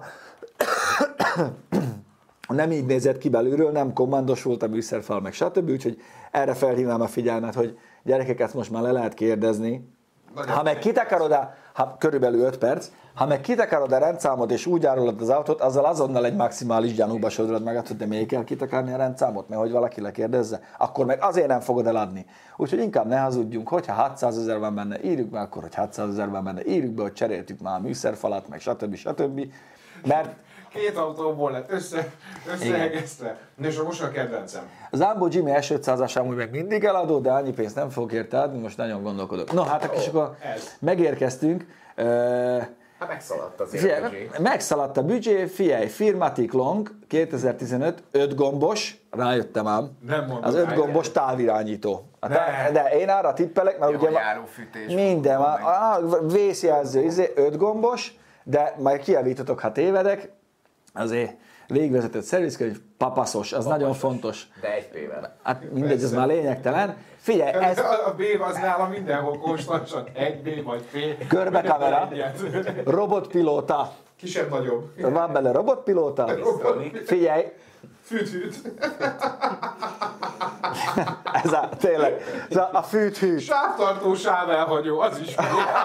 Speaker 3: Nem így nézett ki belülről, nem kommandos volt a műszerfal, meg stb. Úgyhogy erre felhívnám a figyelmet, hogy gyerekek, ezt most már le lehet kérdezni. Ha meg kitakarod körülbelül 5 perc, ha meg kitakarod a rendszámot és úgy árulod az autót, azzal azonnal egy maximális gyanúba sodrod meg, hogy de még kell kitakarni a rendszámot, mert hogy valaki lekérdezze, akkor meg azért nem fogod eladni. Úgyhogy inkább ne hazudjunk, hogyha 600 000 van benne, írjuk be, akkor hogy 600 000 van benne, írjuk be, hogy cseréltük már a műszerfalat, meg stb. Mert
Speaker 1: 2 autóból lett összehegesztve. És most a kedvencem.
Speaker 3: Az Ambo Jimmy S500-as amúgy meg mindig eladó, de annyi pénzt nem fogok érte adni, most nagyon gondolkodok. No, hát és akkor megérkeztünk.
Speaker 2: Hát megszaladt az
Speaker 3: büdzsé. Megszaladt a büdzsé, figyelj, Firmatic Long 2015, 5 gombos, rájöttem ám. Az 5 gombos távirányító. De én arra tippelek, mert ugye minden, vészjelző, 5 gombos, de majd kijavítotok, ha tévedek, azért végvezetett szervizkönyv, papaszos, az nagyon fontos.
Speaker 2: De egy P-vel.
Speaker 3: Hát mindegy, ez már lényegtelen. Figyelj, ez...
Speaker 1: A B az nála mindenhol konstantan, egy B vagy P.
Speaker 3: Körbekamera, robotpilóta.
Speaker 1: Kisebb-nagyobb.
Speaker 3: Van bele robotpilóta. Figyelj.
Speaker 1: Fűt.
Speaker 3: Tényleg. A fűt.
Speaker 1: Sávtartó, sávelhagyó, az is.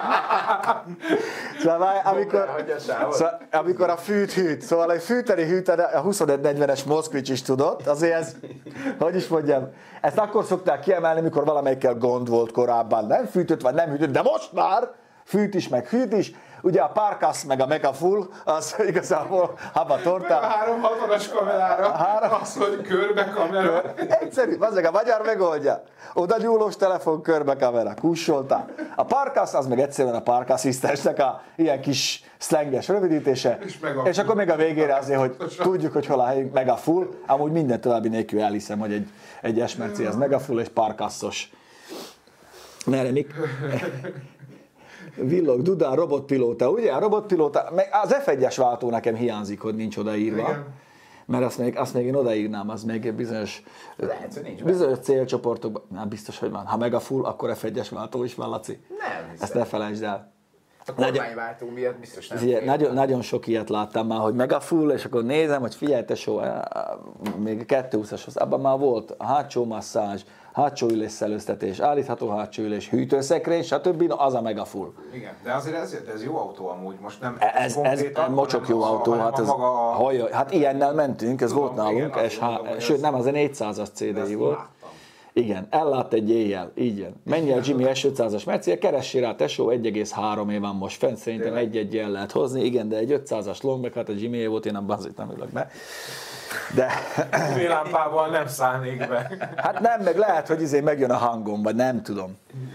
Speaker 3: Amikor a fűt. Szóval egy fűteni a 2140-es Moszkvics is tudott, azért ez, hogy is mondjam, ezt akkor szokták kiemelni, mikor valamelyikkel gond volt korábban. Nem fűtött, vagy nem hűtött, de most már fűt is, meg hűt is. Ugye a Parkas meg a Megafull, az igazából habatorta.
Speaker 1: A 360-as kamerára, az, hogy körbe kamera.
Speaker 3: Egyszerű, azért a magyar megoldja. Oda nyúlós telefon, körbe kamera, kussoltál. A Parkas, az meg egyszerűen a Park Assistensnek a ilyen kis szlenges rövidítése. És akkor még a végére azért, hogy tudjuk, hogy hol a helyünk, Megafull. Amúgy minden további nélkül elhiszem, hogy egy S-merci az Megafull és Parkasos. Merre még? Villog, Dudán, robotpilóta, ugye? A robotpilóta, az F1-es váltó nekem hiányzik, hogy nincs odaírva. Igen. Mert azt még én odaírnám, az még bizonyos célcsoportokban. Biztos, hogy van. Ha Megafull, akkor F1-es váltó is van, Laci.
Speaker 2: Nem hiszem.
Speaker 3: Ezt ne felejtsd el.
Speaker 2: A kormányváltó miatt biztos nem.
Speaker 3: Nagyon sok ilyet láttam már, hogy Megafull, és akkor nézem, hogy figyelj tesó, még a 220-ashoz, abban már volt a hátsó masszázs, hátsó ülésszelőztetés, állítható hátsó ülés, hűtőszekrény, stb. Az a Megafull.
Speaker 1: Igen, de azért ez jó autó amúgy, most nem
Speaker 3: ez mocsok jó autó, hát ilyennel mentünk, ez volt nálunk, sőt nem, az a 400-as CDI volt. Igen, ellát egy éjjel, így jön. Menj el Jimmy S500-as Mercivel, keressél rá tesó, 1,3 év van most fent, szerintem egy-egy lehet hozni, igen, de egy 500-as longback, hát a Jimmy volt, én abban azért nem ülök be. De...
Speaker 1: Lámpával nem szállnék be.
Speaker 3: Hát nem, meg lehet, hogy megjön a hangom, vagy nem tudom.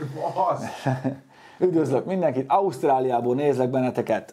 Speaker 3: Üdvözlök mindenkit, Ausztráliából nézlek benneteket.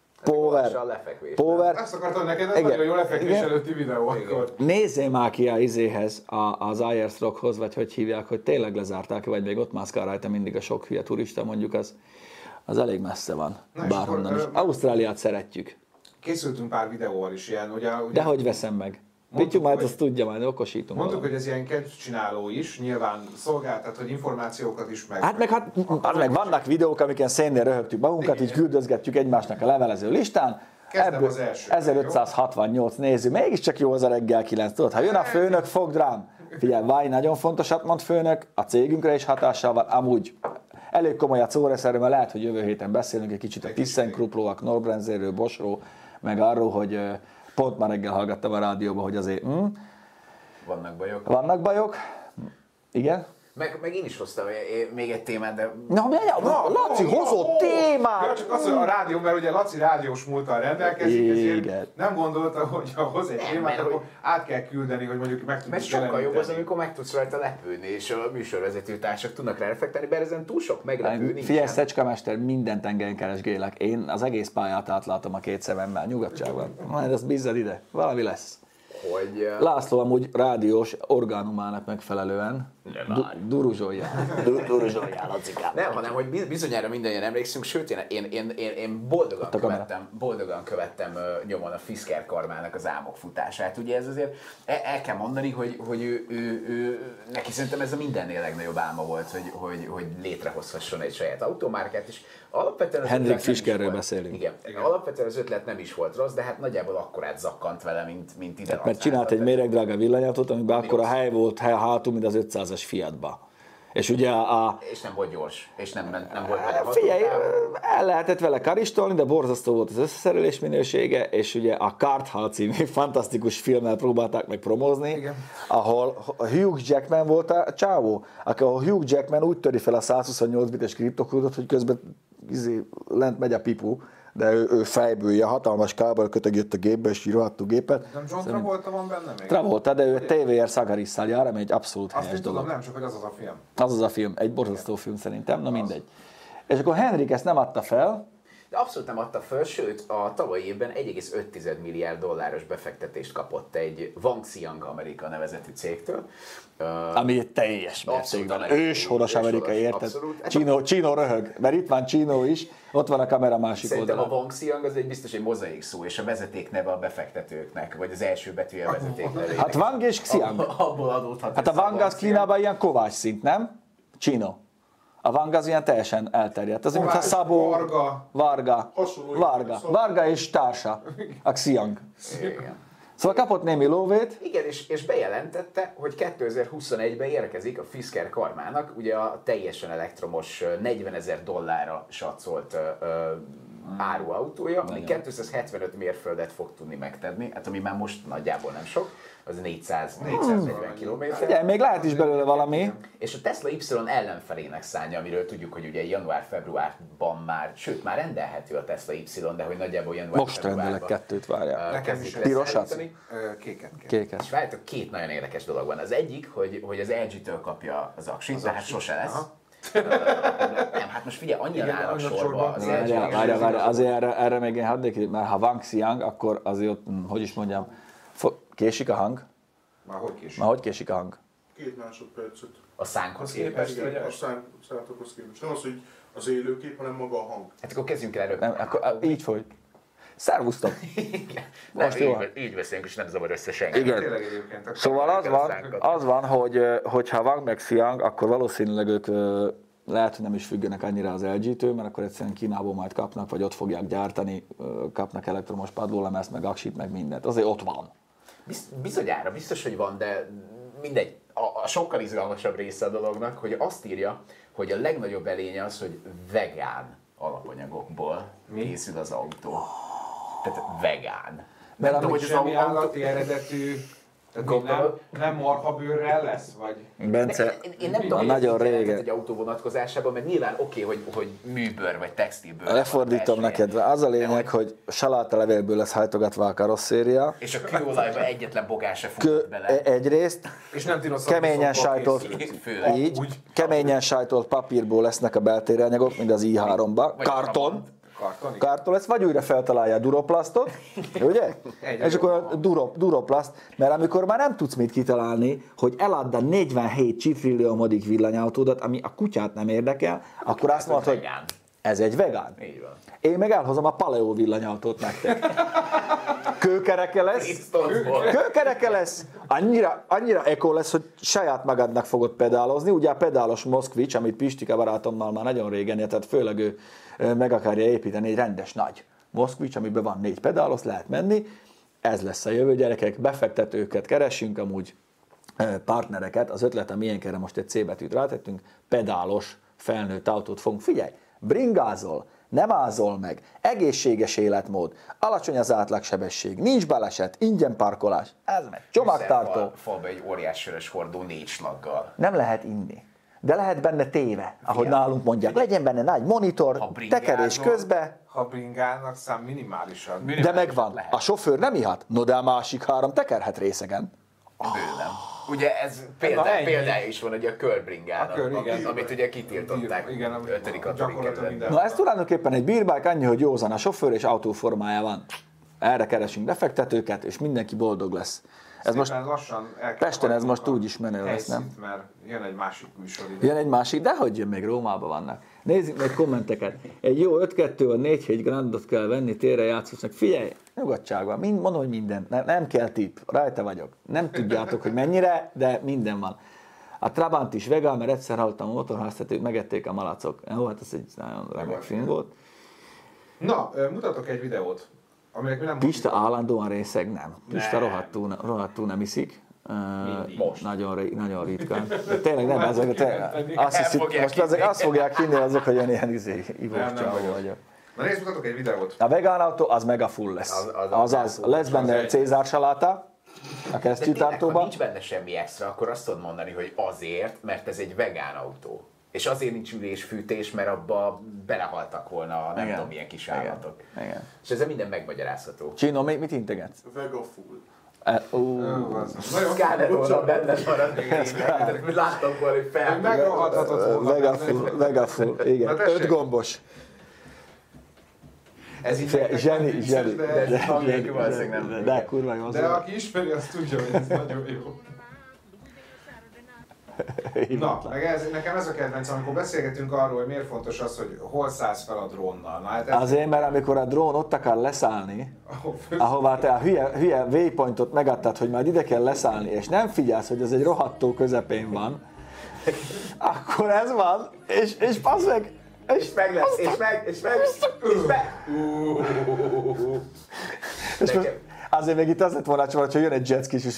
Speaker 3: Power.
Speaker 1: Azt akartam neked, ez nagyon jó lefekvés előtti videó akkor.
Speaker 3: Nézzél már ki a izéhez, az Ayers Rockhoz, vagy hogy hívják, hogy tényleg lezárták, vagy még ott mászkál rajta mindig a sok hülye turista, mondjuk az elég messze van, bárhonnan is. Ausztráliát szeretjük.
Speaker 1: Készültünk pár videóval is ilyen, ugye...
Speaker 3: De hogy veszem meg? Pityu majd azt tudja, majd okosítunk.
Speaker 1: Mondtuk, hogy ez ilyen kedvcsináló is, nyilván szolgáltat, hogy információkat is meg.
Speaker 3: Hát meg vannak videók, amiken szénnél röhögtük magunkat, így küldözgetjük egymásnak a levelező listán.
Speaker 1: Kezdem az első.
Speaker 3: 1568 néző, mégiscsak jó az a reggel 9, tudod? Ha jön a főnök, fogd rám. Figyelj, Váj nagyon fontosat mond főnök, a cégünkre is hatással van, amúgy elég komoly a szóraszerű, mert lehet, hogy jövő héten beszélünk egy kicsit a ThyssenKruppról, a Knorr-Bremséről, Boschról, meg arról, hogy pont már reggel hallgattam a rádióban, hogy azért... Vannak bajok. Igen?
Speaker 2: Meg én is hoztam még egy témát, de...
Speaker 3: Laci hozott témát!
Speaker 1: Ja, csak az, hogy a rádió, mert ugye Laci rádiós múlttal rendelkezik, ezért nem gondolta, hogy ha hoz egy témát, akkor át kell küldeni, hogy mondjuk meg tudjuk
Speaker 2: jeleníteni. Mert sokkal jobb az, amikor meg tudsz rajta lepődni, és a műsorvezető társak tudnak rá reflektálni, mert ezen túl sok meglepő nincs.
Speaker 3: Figyelj, Szecskamester, minden tengeren keresgélek. Én az egész pályát átlátom a két szememmel, nyugodtságban. Majd ezt bízzad ide, valami lesz. László amúgy rádiós orgánumának megfelelően duruzsoljál, Lacikám.
Speaker 2: Nem, hanem hogy bizonyára mindannyian emlékszünk, sőt én boldogan követtem nyomon a Fisker Karmának az álmok futását. Ugye ez azért el kell mondani, hogy ő neki szerintem ez a mindennél legnagyobb álma volt, hogy létrehozhasson egy saját automárkát, és alapvetően
Speaker 3: Henrik Fiskerről beszélünk.
Speaker 2: Igen, alapvetően az ötlet nem is volt rossz, de hát nagyjából akkorát zakkant vele, mint ide.
Speaker 3: Mert csinált egy méregdrága villanyautót, amiben akkor a hely volt hátul, mint az 500-as Fiatba. És ugye
Speaker 2: És nem volt gyors, és nem volt vele.
Speaker 3: Figyelj, el lehetett vele karistolni, de borzasztó volt az összeszerelés minősége, és ugye a Karthal című fantasztikus filmmel próbálták meg promózni, igen, ahol Hugh Jackman volt a csávó, ahol Hugh Jackman úgy töri fel a 128 bites kriptokódot, hogy közben lent megy a pipu, de ő fejből ilyen hatalmas kábel kötögött a gépbe, és rohadtú gépet.
Speaker 1: Nem John Travolta van benne még?
Speaker 3: Travolta, de ő TVR Sagarisszal jár, ami egy abszolút
Speaker 1: azt
Speaker 3: helyes dolog.
Speaker 1: Tudom, nem csak, hogy az a film.
Speaker 3: Az a film, egy borzasztó film szerintem, na mindegy. És akkor Henrik ezt nem adta fel.
Speaker 2: De abszolút nem adta fel, sőt a tavalyi évben 1,5 milliárd dolláros befektetést kapott egy Wang Xiang Amerika nevezetű cégtől.
Speaker 3: Ami egy teljes mértékben őshonos amerikai, érted? Csino röhög, mert itt van Csino is, ott van a kamera másik
Speaker 2: Szerintem
Speaker 3: oldalán.
Speaker 2: A Wang Xiang az egy biztos egy mozaik szó, és a vezeték neve a befektetőknek, vagy az első betűje a vezeték nevének.
Speaker 3: Hát Wang és Xiang.
Speaker 2: Abból adódhat.
Speaker 3: Hát a Wang az Kínában ilyen Kovács szint, nem? Csino. A Wang az ilyen teljesen elterjedt. Az, mintha Szabó, Varga és társa. A Xiang.
Speaker 2: Igen.
Speaker 3: Szóval kapott némi lóvét.
Speaker 2: Igen, és bejelentette, hogy 2021-ben érkezik a Fisker Karmának ugye a teljesen elektromos $40,000 satszolt áruautója, ami 275 mérföldet fog tudni megtenni, hát ami már most nagyjából nem sok, az 440 km.
Speaker 3: Ugye, még lehet is belőle valami.
Speaker 2: És a Tesla Y ellenfelének szánja, amiről tudjuk, hogy ugye január-februárban már, sőt már rendelhető a Tesla Y, de hogy nagyjából
Speaker 3: Most rendelek kettőt, várjál.
Speaker 1: Nekem is
Speaker 3: Pirosat?
Speaker 1: Kéket kell.
Speaker 3: Kéket.
Speaker 2: És várjátok, két nagyon érdekes dolog van. Az egyik, hogy az LG-től kapja az aksit, tehát sose lesz. Nem, hát most figyelj, annyira állnak sorba az LG.
Speaker 3: Várjál, azért erre még én hadd mert ha Wang Xiang, akkor azért ott, hogy is mondjam, késik a hang?
Speaker 1: Már hogy késik?
Speaker 3: Már hogy késik a hang?
Speaker 4: 2 másodpercet.
Speaker 2: A szánkhoz képest?
Speaker 4: Igen, a szántokhoz képest. Nem az, hogy az élőkép, hanem maga a hang.
Speaker 2: Hát akkor kezdjünk el
Speaker 3: Nem, akkor így folyt. Szervusztok!
Speaker 2: Most jó. Így beszélünk, és nem zavar össze senki.
Speaker 3: Igen.
Speaker 1: Tényleg egyébként.
Speaker 3: Szóval az van, hogy ha Wang meg Xiang, akkor valószínűleg ők lehet, hogy nem is függenek annyira az LG-től, mert akkor egyszerűen Kínából majd kapnak, vagy ott fogják gyártani, kapnak elektromos padlólemezt, meg aksit, meg mindent. Azért ott van.
Speaker 2: Bizonyára, biztos, hogy van, de mindegy. A sokkal izgalmasabb része a dolognak, hogy azt írja, hogy a legnagyobb előnye az, hogy vegán alapanyagokból készül az autó. Tehát vegán.
Speaker 1: Mert
Speaker 2: tudom,
Speaker 1: hogy
Speaker 2: hogy
Speaker 1: semmi állati eredetű, tehát nem marhabőrrel lesz, vagy?
Speaker 3: Bence,
Speaker 2: Én nem tudom,
Speaker 3: nagyon
Speaker 2: hogy
Speaker 3: régen.
Speaker 2: egy autó vonatkozásában, mert nyilván oké, hogy műbőr vagy textilbőr.
Speaker 3: Lefordítom neked, az a lényeg, hogy salátalevélből lesz hajtogatva a karosszéria.
Speaker 2: És a kőolajba egyetlen bogás se fut bele.
Speaker 3: Egyrészt
Speaker 1: És nem tilos
Speaker 3: keményen sajtolt,
Speaker 2: Főleg.
Speaker 3: így, keményen sajtolt papírból lesznek a beltéri anyagok, mint az i3-ba. Karton. Karton lesz, vagy újra feltalálja a duroplasztot, ugye? És akkor a duroplaszt, mert amikor már nem tudsz mit kitalálni, hogy eladd a 47 csitrilliómodik villanyautódat, ami a kutyát nem érdekel, akkor azt mondod, hogy ez egy vegán.
Speaker 2: Így van.
Speaker 3: Én meg elhozom a paleo villanyautót nektek. Kőkereke lesz, annyira eko lesz, hogy saját magadnak fogod pedálozni. Ugye a pedálos Moszkvics, amit Pistika barátommal már nagyon régen, tehát főleg ő meg akarja építeni egy rendes nagy Moszkvics, amiben van 4 pedálos, lehet menni. Ez lesz a jövő, gyerekek, befektetőket keresünk, amúgy partnereket. Az ötletem ilyenkerre most egy C betűt rátettünk, pedálos felnőtt autót fogunk. Figyelj, bringázol, nem ázol meg, egészséges életmód, alacsony az átlagsebesség, nincs baleset, ingyen parkolás, ez megy, csomagtartó.
Speaker 2: Falba egy óriás sörös hordó 4 slaggal.
Speaker 3: Nem lehet inni, de lehet benne téve, ahogy nálunk mondják. Legyen benne nagy monitor, tekerés közben.
Speaker 1: Ha bringálnak, szám minimálisan.
Speaker 3: De megvan, a sofőr nem ihat, no de a másik 3 tekerhet részegen.
Speaker 2: Bőlem. Ugye ez példája is van, ugye a körbringának, amit ugye kitiltották.
Speaker 1: Igen,
Speaker 2: 5. kerületben.
Speaker 3: Na ez tulajdonképpen egy bírbák, annyi, hogy józan a sofőr és autóformája van. Erre keresünk befektetőket, és mindenki boldog lesz. Ez most Pesten ez most úgy is menő lesz, nem?
Speaker 1: Mert jön egy másik műsor ide.
Speaker 3: Jön egy másik, de hogy jön, még Rómában vannak. Nézzük meg kommenteket. Egy jó 5-2 a 4 Grandot kell venni, térre játszósnak. Figyelj, nyugodtságban, mondom, hogy minden. Nem kell tipp, rajta vagyok. Nem tudjátok, hogy mennyire, de minden van. A Trabant is vegán, mert egyszer hallottam a motorháztetőt, megették a malacok. Jó, hát ez egy nagyon remek film volt.
Speaker 1: Na, mutatok egy videót.
Speaker 3: Pista állandóan részeg, nem. Pista rohadtul nem iszik. Nagyon ritkán. De tényleg nem, azt fogják hinni azok, hogy ilyen ivóscsávó vagyok.
Speaker 1: Na nézd, mutatok egy videót.
Speaker 3: A vegán autó az mega full lesz. Azaz, lesz benne Cézár saláta a kesztyűtartóban.
Speaker 2: Ha nincs benne semmi extra, akkor azt tudod mondani, hogy azért, mert ez egy vegán autó. És azért nincs ülésfűtés, mert abba belehaltak volna nem tudom milyen kis állatok.
Speaker 3: Igen.
Speaker 2: És ezzel minden megmagyarázható.
Speaker 3: Csino, mit integetsz?
Speaker 4: Vega full.
Speaker 2: Szkánerolva benne maradt. Láttam volna, hogy fel.
Speaker 1: Megrohadhatott volna.
Speaker 3: Vega full, igen. 5 gombos.
Speaker 1: Ez így
Speaker 3: Zseni. De kurva jó.
Speaker 1: De aki ismeri, azt tudja, hogy ez nagyon jó. Na, nekem ez a kedvenc, amikor beszélgetünk arról, hogy miért fontos az, hogy hol szállsz fel a drónnal. Na, hát
Speaker 3: azért, mert amikor a drón ott akar leszállni, ahová te a hülye waypointot megadtad, hogy majd ide kell leszállni, és nem figyelsz, hogy ez egy rohadtó közepén van, akkor ez van, és passz meg,
Speaker 2: és meg lesz, és meg.
Speaker 3: és most Azért még itt az lett volna, hogy jön egy jetski és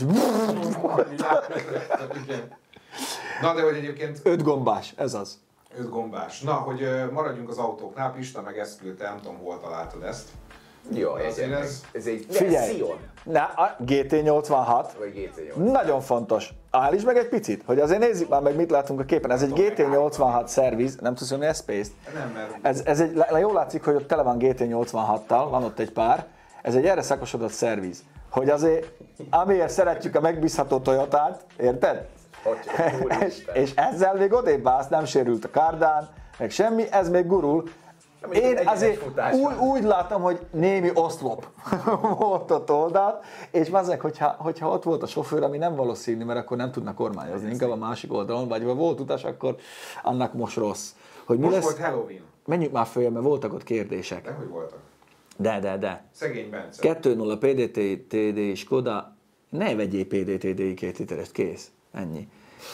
Speaker 1: Na, de hogy egyébként...
Speaker 3: 5 gombás, ez az.
Speaker 1: 5 gombás. Na, hogy maradjunk az autóknál, Pista meg ezt küldte, nem tudom, hol találtad ezt.
Speaker 2: Jó, ez egy
Speaker 3: figyelj, a GT86,
Speaker 2: vagy GT86.
Speaker 3: Nagyon fontos. Állíts meg egy picit, hogy azért nézzük már meg, mit látunk a képen. Ez egy GT86 szerviz, nem tudsz jönni Space-t?
Speaker 1: Nem, mert...
Speaker 3: Ez egy, jól látszik, hogy ott tele van GT86-tal, van ott egy pár. Ez egy erre szakosodott szerviz. Hogy azért, amiért szeretjük a megbízható Toyotát, érted? és ezzel még odébb állsz, nem sérült a kárdán, meg semmi, ez még gurul. Én azért úgy látom, hogy némi oszlop volt ott oldalt, és azért, hogyha ott volt a sofőr, ami nem valószínű, mert akkor nem tudna kormányozni, inkább a másik oldalon, vagy ha volt utas, akkor annak most rossz. Hogy mi
Speaker 1: most
Speaker 3: lesz?
Speaker 1: volt Halloween.
Speaker 3: Menjünk már följebb, mert voltak ott kérdések.
Speaker 1: De hogy voltak?
Speaker 3: De.
Speaker 1: Szegény Bence.
Speaker 3: 2.0 PDT, TD, Skoda, ne vegyél PD, TDI 2 literest, kész. Ennyi.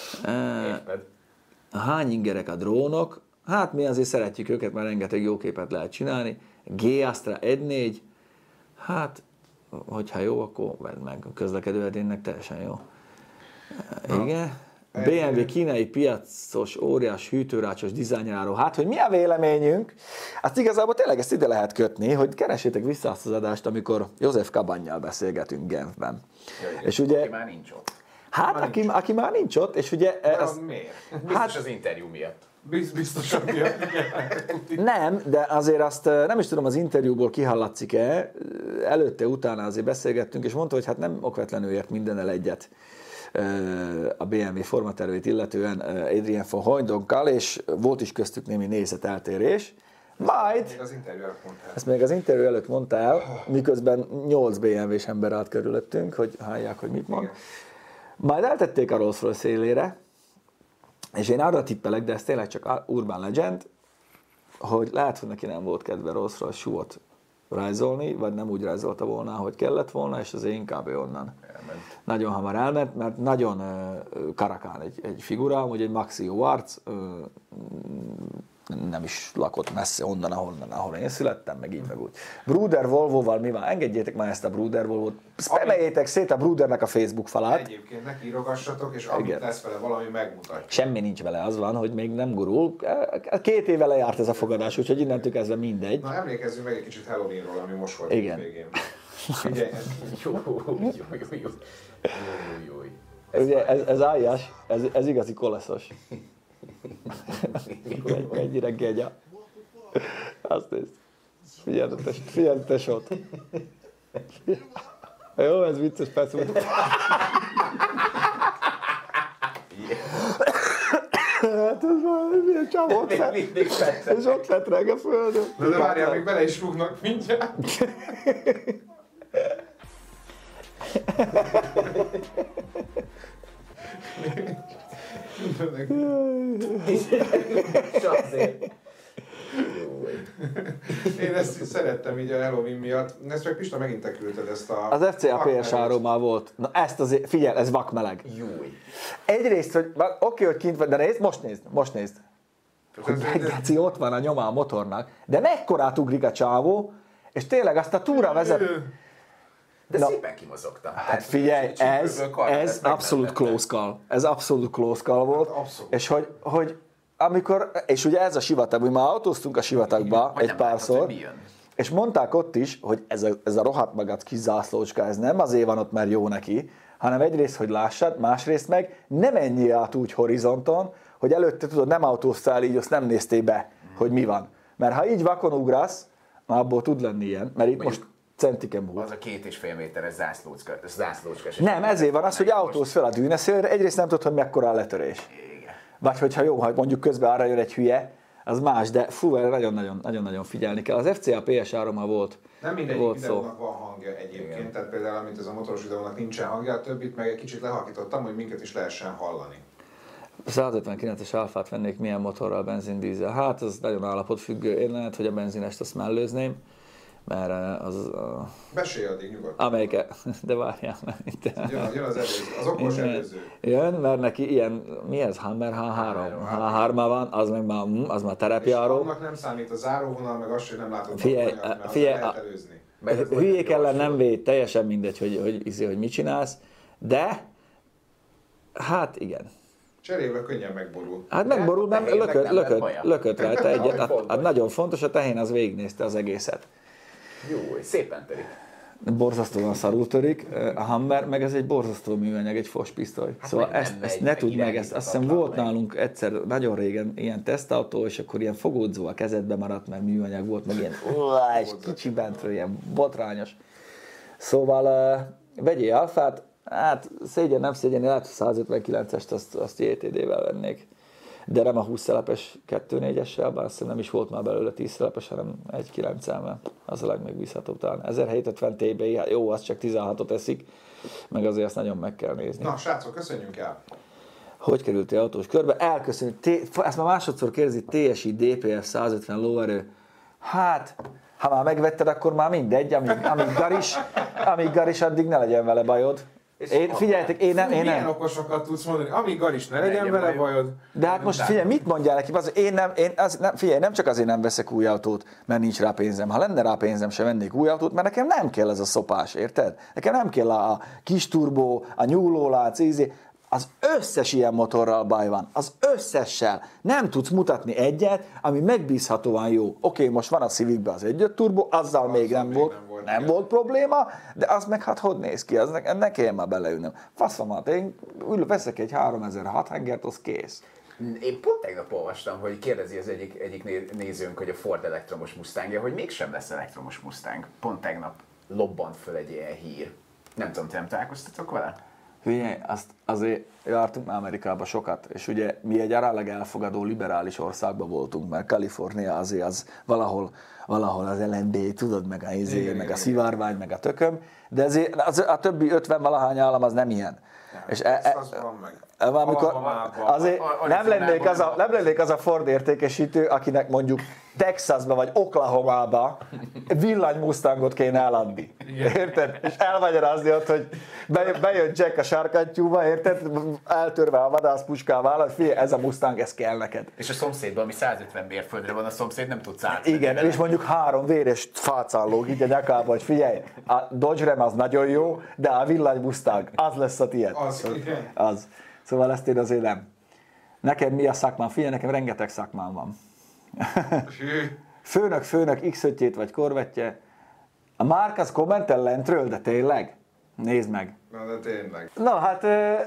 Speaker 3: Hány ingerek a drónok? Hát mi azért szeretjük őket, mert rengeteg jó képet lehet csinálni. G-Astra 1.4, hát, hogyha jó, akkor vedd meg. A közlekedő edénynek teljesen jó. Igen. BMW kínai piacos, óriás, hűtőrácsos dizájnjáró. Hát, hogy mi a véleményünk? Hát igazából tényleg ezt ide lehet kötni, hogy keresétek vissza azt az adást, amikor József Kabannyal beszélgetünk Genfben. És ugye,
Speaker 2: aki már nincs ott.
Speaker 3: Hát, aki már nincs ott, és ugye...
Speaker 1: Miért?
Speaker 2: Biztos az interjú miatt.
Speaker 1: Biztosan miatt.
Speaker 3: Nem, de azért azt nem is tudom, az interjúból kihallatszik-e, előtte, utána azért beszélgettünk, és mondta, hogy hát nem okvetlenül ért mindennel egyet a BMW formatervét illetően Adrian von Hooydonkkal, és volt is köztük némi nézeteltérés. Majd, ezt még az interjú előtt mondta el, miközben 8 BMW-s ember állt körülöttünk, hogy hallják, hogy mit mond. Majd eltették a Rolls-Royce szélére, és én arra tippelek, de ez tényleg csak urban legend, hogy lehet, hogy neki nem volt kedve Rolls-Royce súlyot rajzolni, vagy nem úgy rajzolta volna, ahogy kellett volna, és azért inkább onnan nagyon hamar elment, mert nagyon karakán egy figura, hogy egy maxi jó arc, nem is lakott messze onnan, ahol én születtem, meg így, meg úgy. Bruder Volvo-val mi van? Engedjétek már ezt a Bruder Volvo-t. Spameljétek szét a Brudernek a Facebook falát.
Speaker 1: Egyébként neki írogassatok, és amit lesz vele valami megmutatja.
Speaker 3: Semmi nincs vele, az van, hogy még nem gurul. 2 éve lejárt ez a fogadás, úgyhogy innentől kezdve mindegy.
Speaker 1: Na emlékezzünk meg egy kicsit Halloweenról, ami most volt
Speaker 3: igen.
Speaker 1: Végén. Figyelj,
Speaker 3: Ugye ez ájás, ez igazi koleszos. Ennyire gegya. Azt nézd. Figyelj a tesót. Jó, ez vicces, persze. Hát ez már milyen csávó ott lett. És ott lett reg a földön.
Speaker 1: De várjál, még bele is rúgnak mindjárt. Én ezt szerettem így a Halloween miatt. Ezt meg Pista megint te küldted ezt a...
Speaker 3: Az FCA PS-áról már volt. Na ezt azért, figyelj, ez vakmeleg.
Speaker 2: Júj.
Speaker 3: Egyrészt, hogy oké, hogy kint vagy, de nézd, most nézd. Hogy Geci, ott van a nyoma a motornak, de mekkorát ugrik a csávó, és tényleg azt a túra vezet.
Speaker 2: De szépen kimozogtam.
Speaker 3: Hát figyelj, ez abszolút close call. Ez abszolút close call volt.
Speaker 1: Abszolút.
Speaker 3: És hogy amikor, és ugye ez a sivatag, mi már autóztunk a sivatagba egy párszor, és mondták ott is, hogy ez a rohadt magad kis zászlócska, ez nem azért van ott, mert jó neki, hanem egyrészt, hogy lássad, másrészt meg nem menjél át úgy horizonton, hogy előtte tudod, nem autóztál így, azt nem néztél be, hogy mi van. Mert ha így vakon ugrasz, abból tud lenni ilyen, mert itt most centiken múlt.
Speaker 2: Az a 2,5 méteres zászlócska.
Speaker 3: Nem, ezért van az, hogy autóz fel a dűneszélre, egyrészt nem tudod, hogy mekkora a letörés.
Speaker 2: Igen.
Speaker 3: Vagy hogyha jó, ha mondjuk közben arra jön egy hülye, az más, de fú, erre nagyon-nagyon figyelni kell. Az FCA PS3-mal volt.
Speaker 1: Nem mindegyik videónak van hangja egyébként, igen. Tehát például, amit ez a motoros videónak nincsen hangja, a többit meg egy kicsit lehakítottam, hogy minket is lehessen hallani. 159-es
Speaker 3: Alfát vennék milyen motorral, benzin, dízel. Hát ez nagyon állapotfüggő. Én lehet, hogy a benzinest azt mellőzném, mert az...
Speaker 1: Besélj addig nyugodtan.
Speaker 3: Amelyike, de várjál már itt.
Speaker 1: Jön az előző, az okos előző.
Speaker 3: Jön, mert neki ilyen, mi ez, Hammer H3? H3-mal van, az már terepjáró.
Speaker 1: És annak nem számít a záróvonal, meg azt, hogy nem látod
Speaker 3: figyelj,
Speaker 1: lehet előzni.
Speaker 3: hülyék ellen nem véd, teljesen mindegy, hogy mit csinálsz, de hát igen.
Speaker 1: Cserébe könnyen megborul.
Speaker 3: Hát megborul, nem lökött rajta egyet. Hát nagyon fontos, a tehén az végignézte az egészet.
Speaker 2: Jó, szépen törik.
Speaker 3: Borzasztóan szarul törik, a Hammer, meg ez egy borzasztó műanyag, egy fospisztoly. Hát szóval ezt ne tudd meg, azt hiszem volt nálunk egyszer, nagyon régen ilyen tesztautó, és akkor ilyen fogódzó a kezedbe maradt, mert műanyag volt, meg ilyen és kicsi bentről, ilyen botrányos. Szóval vegyél alfát, hát szégyen, nem szégyen, lehet 159-est azt JTD-vel vennék. De nem a 20 szelepes 2.4-essel, bár azt nem is volt már belőle 10 szelepes, hanem 1.9-el, az a legmegbízhatóbb talán. 1750 TBI, hát jó, az csak 16-ot eszik, meg azért ezt nagyon meg kell nézni.
Speaker 1: Na, srácok, köszönjünk el!
Speaker 3: Hogy kerültél autós körbe? Elköszönjük. Ezt már másodszor kérdezi, TSI DPF 150 lóerő. Hát, ha már megvetted, akkor már mindegy, amíg garis, addig ne legyen vele bajod. Figyeljetek, én nem.
Speaker 1: Milyen okosokat tudsz mondani, amíg garis ne legyen vele bajod.
Speaker 3: De hát most figyelj, mit mondjál neki? Figyelj, nem csak azért nem veszek új autót, mert nincs rá pénzem. Ha lenne rá pénzem, se vennék új autót, mert nekem nem kell ez a szopás, érted? Nekem nem kell a kis turbó, a nyúlólác, az összes ilyen motorral baj van, az összessel. Nem tudsz mutatni egyet, ami megbízhatóan jó. Oké, most van a Civicben az 1.5 turbo, azzal még nem volt probléma, de az meg hát hogy néz ki, az ne kelljen már beleülnöm. Faszomat, én veszek egy 3006 hangert, az kész.
Speaker 2: Én pont tegnap olvastam, hogy kérdezi az egyik nézőnk, hogy a Ford elektromos Mustangja, hogy mégsem lesz elektromos Mustang. Pont tegnap lobbant föl egy ilyen hír. Nem tudom, nem találkoztatok vele?
Speaker 3: Hülye, azért jártunk már Amerikába sokat, és ugye mi egy arálag elfogadó liberális országban voltunk, mert Kalifornia azért az valahol az LMB, tudod, meg a szivárvány, meg a tököm, de a többi 50-valahány állam az nem ilyen. És amikor azért nem lennék az a Ford értékesítő, akinek mondjuk Texasba vagy Oklahomába villany Mustangot kéne eladni. Érted? És elmagyarázni ott, hogy bejön Jack a sárkánytyúba, érted? Eltörve a vadászpuskával, hogy figyelj, ez a Mustang, ez kell neked.
Speaker 2: És a szomszédban, ami 150 mérföldre van, a szomszéd nem tudsz átvenni.
Speaker 3: Igen, és mondjuk 3 véres fácán lóg így a nyakába, hogy figyelj, a Dodge Ram az nagyon jó, de a villany Mustang, az lesz a tiéd. Az. Szóval ezt én azért nem. Nekem mi a szakmám? Figyelj, nekem rengeteg szakmám van. Főnök, X5-jét vagy korvettje. A Márk az kommentel lentről, de tényleg? Nézd meg.
Speaker 1: Na, de tényleg.
Speaker 3: Na hát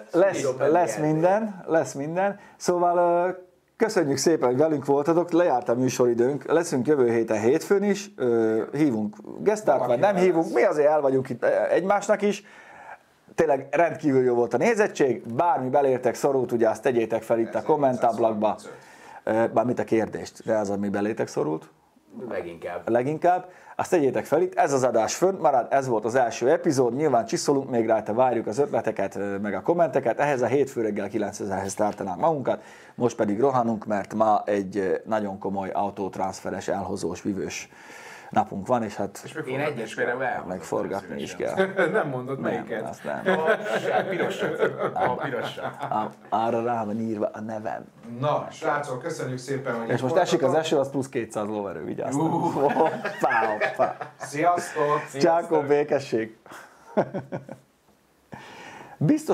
Speaker 3: lesz minden. Szóval köszönjük szépen, hogy velünk voltatok, lejárt a műsoridőnk, leszünk jövő héten hétfőn is, hívunk gesztárt, vagy nem hívunk, mi azért el vagyunk itt egymásnak is. Tényleg rendkívül jó volt a nézettség, bármi belértek szorult, ugye azt tegyétek fel itt a kommentáblakba. Bármit a kérdést, de az, ami belétek szorult. Leginkább. Azt tegyétek fel itt, ez az adás fönn marad, ez volt az első epizód, nyilván csiszolunk még rajta, várjuk az ötleteket, meg a kommenteket, ehhez a hétfő reggel 9000-hez tartanánk magunkat, most pedig rohanunk, mert ma egy nagyon komoly autótranszferes, elhozós, vivős napunk van, és hát
Speaker 2: és én egyes például
Speaker 3: megforgatni is kell.
Speaker 1: Nem mondod melyiket.
Speaker 3: Nem, azt nem.
Speaker 2: A pirosat.
Speaker 3: Arra rá van írva a nevem.
Speaker 1: Na, srácok, köszönjük szépen, hogy
Speaker 3: és most esik az eső, az plusz 200 lóerő, vigyáztok. Hoppá.
Speaker 1: Sziasztok!
Speaker 3: Csákó, békesség! Biztos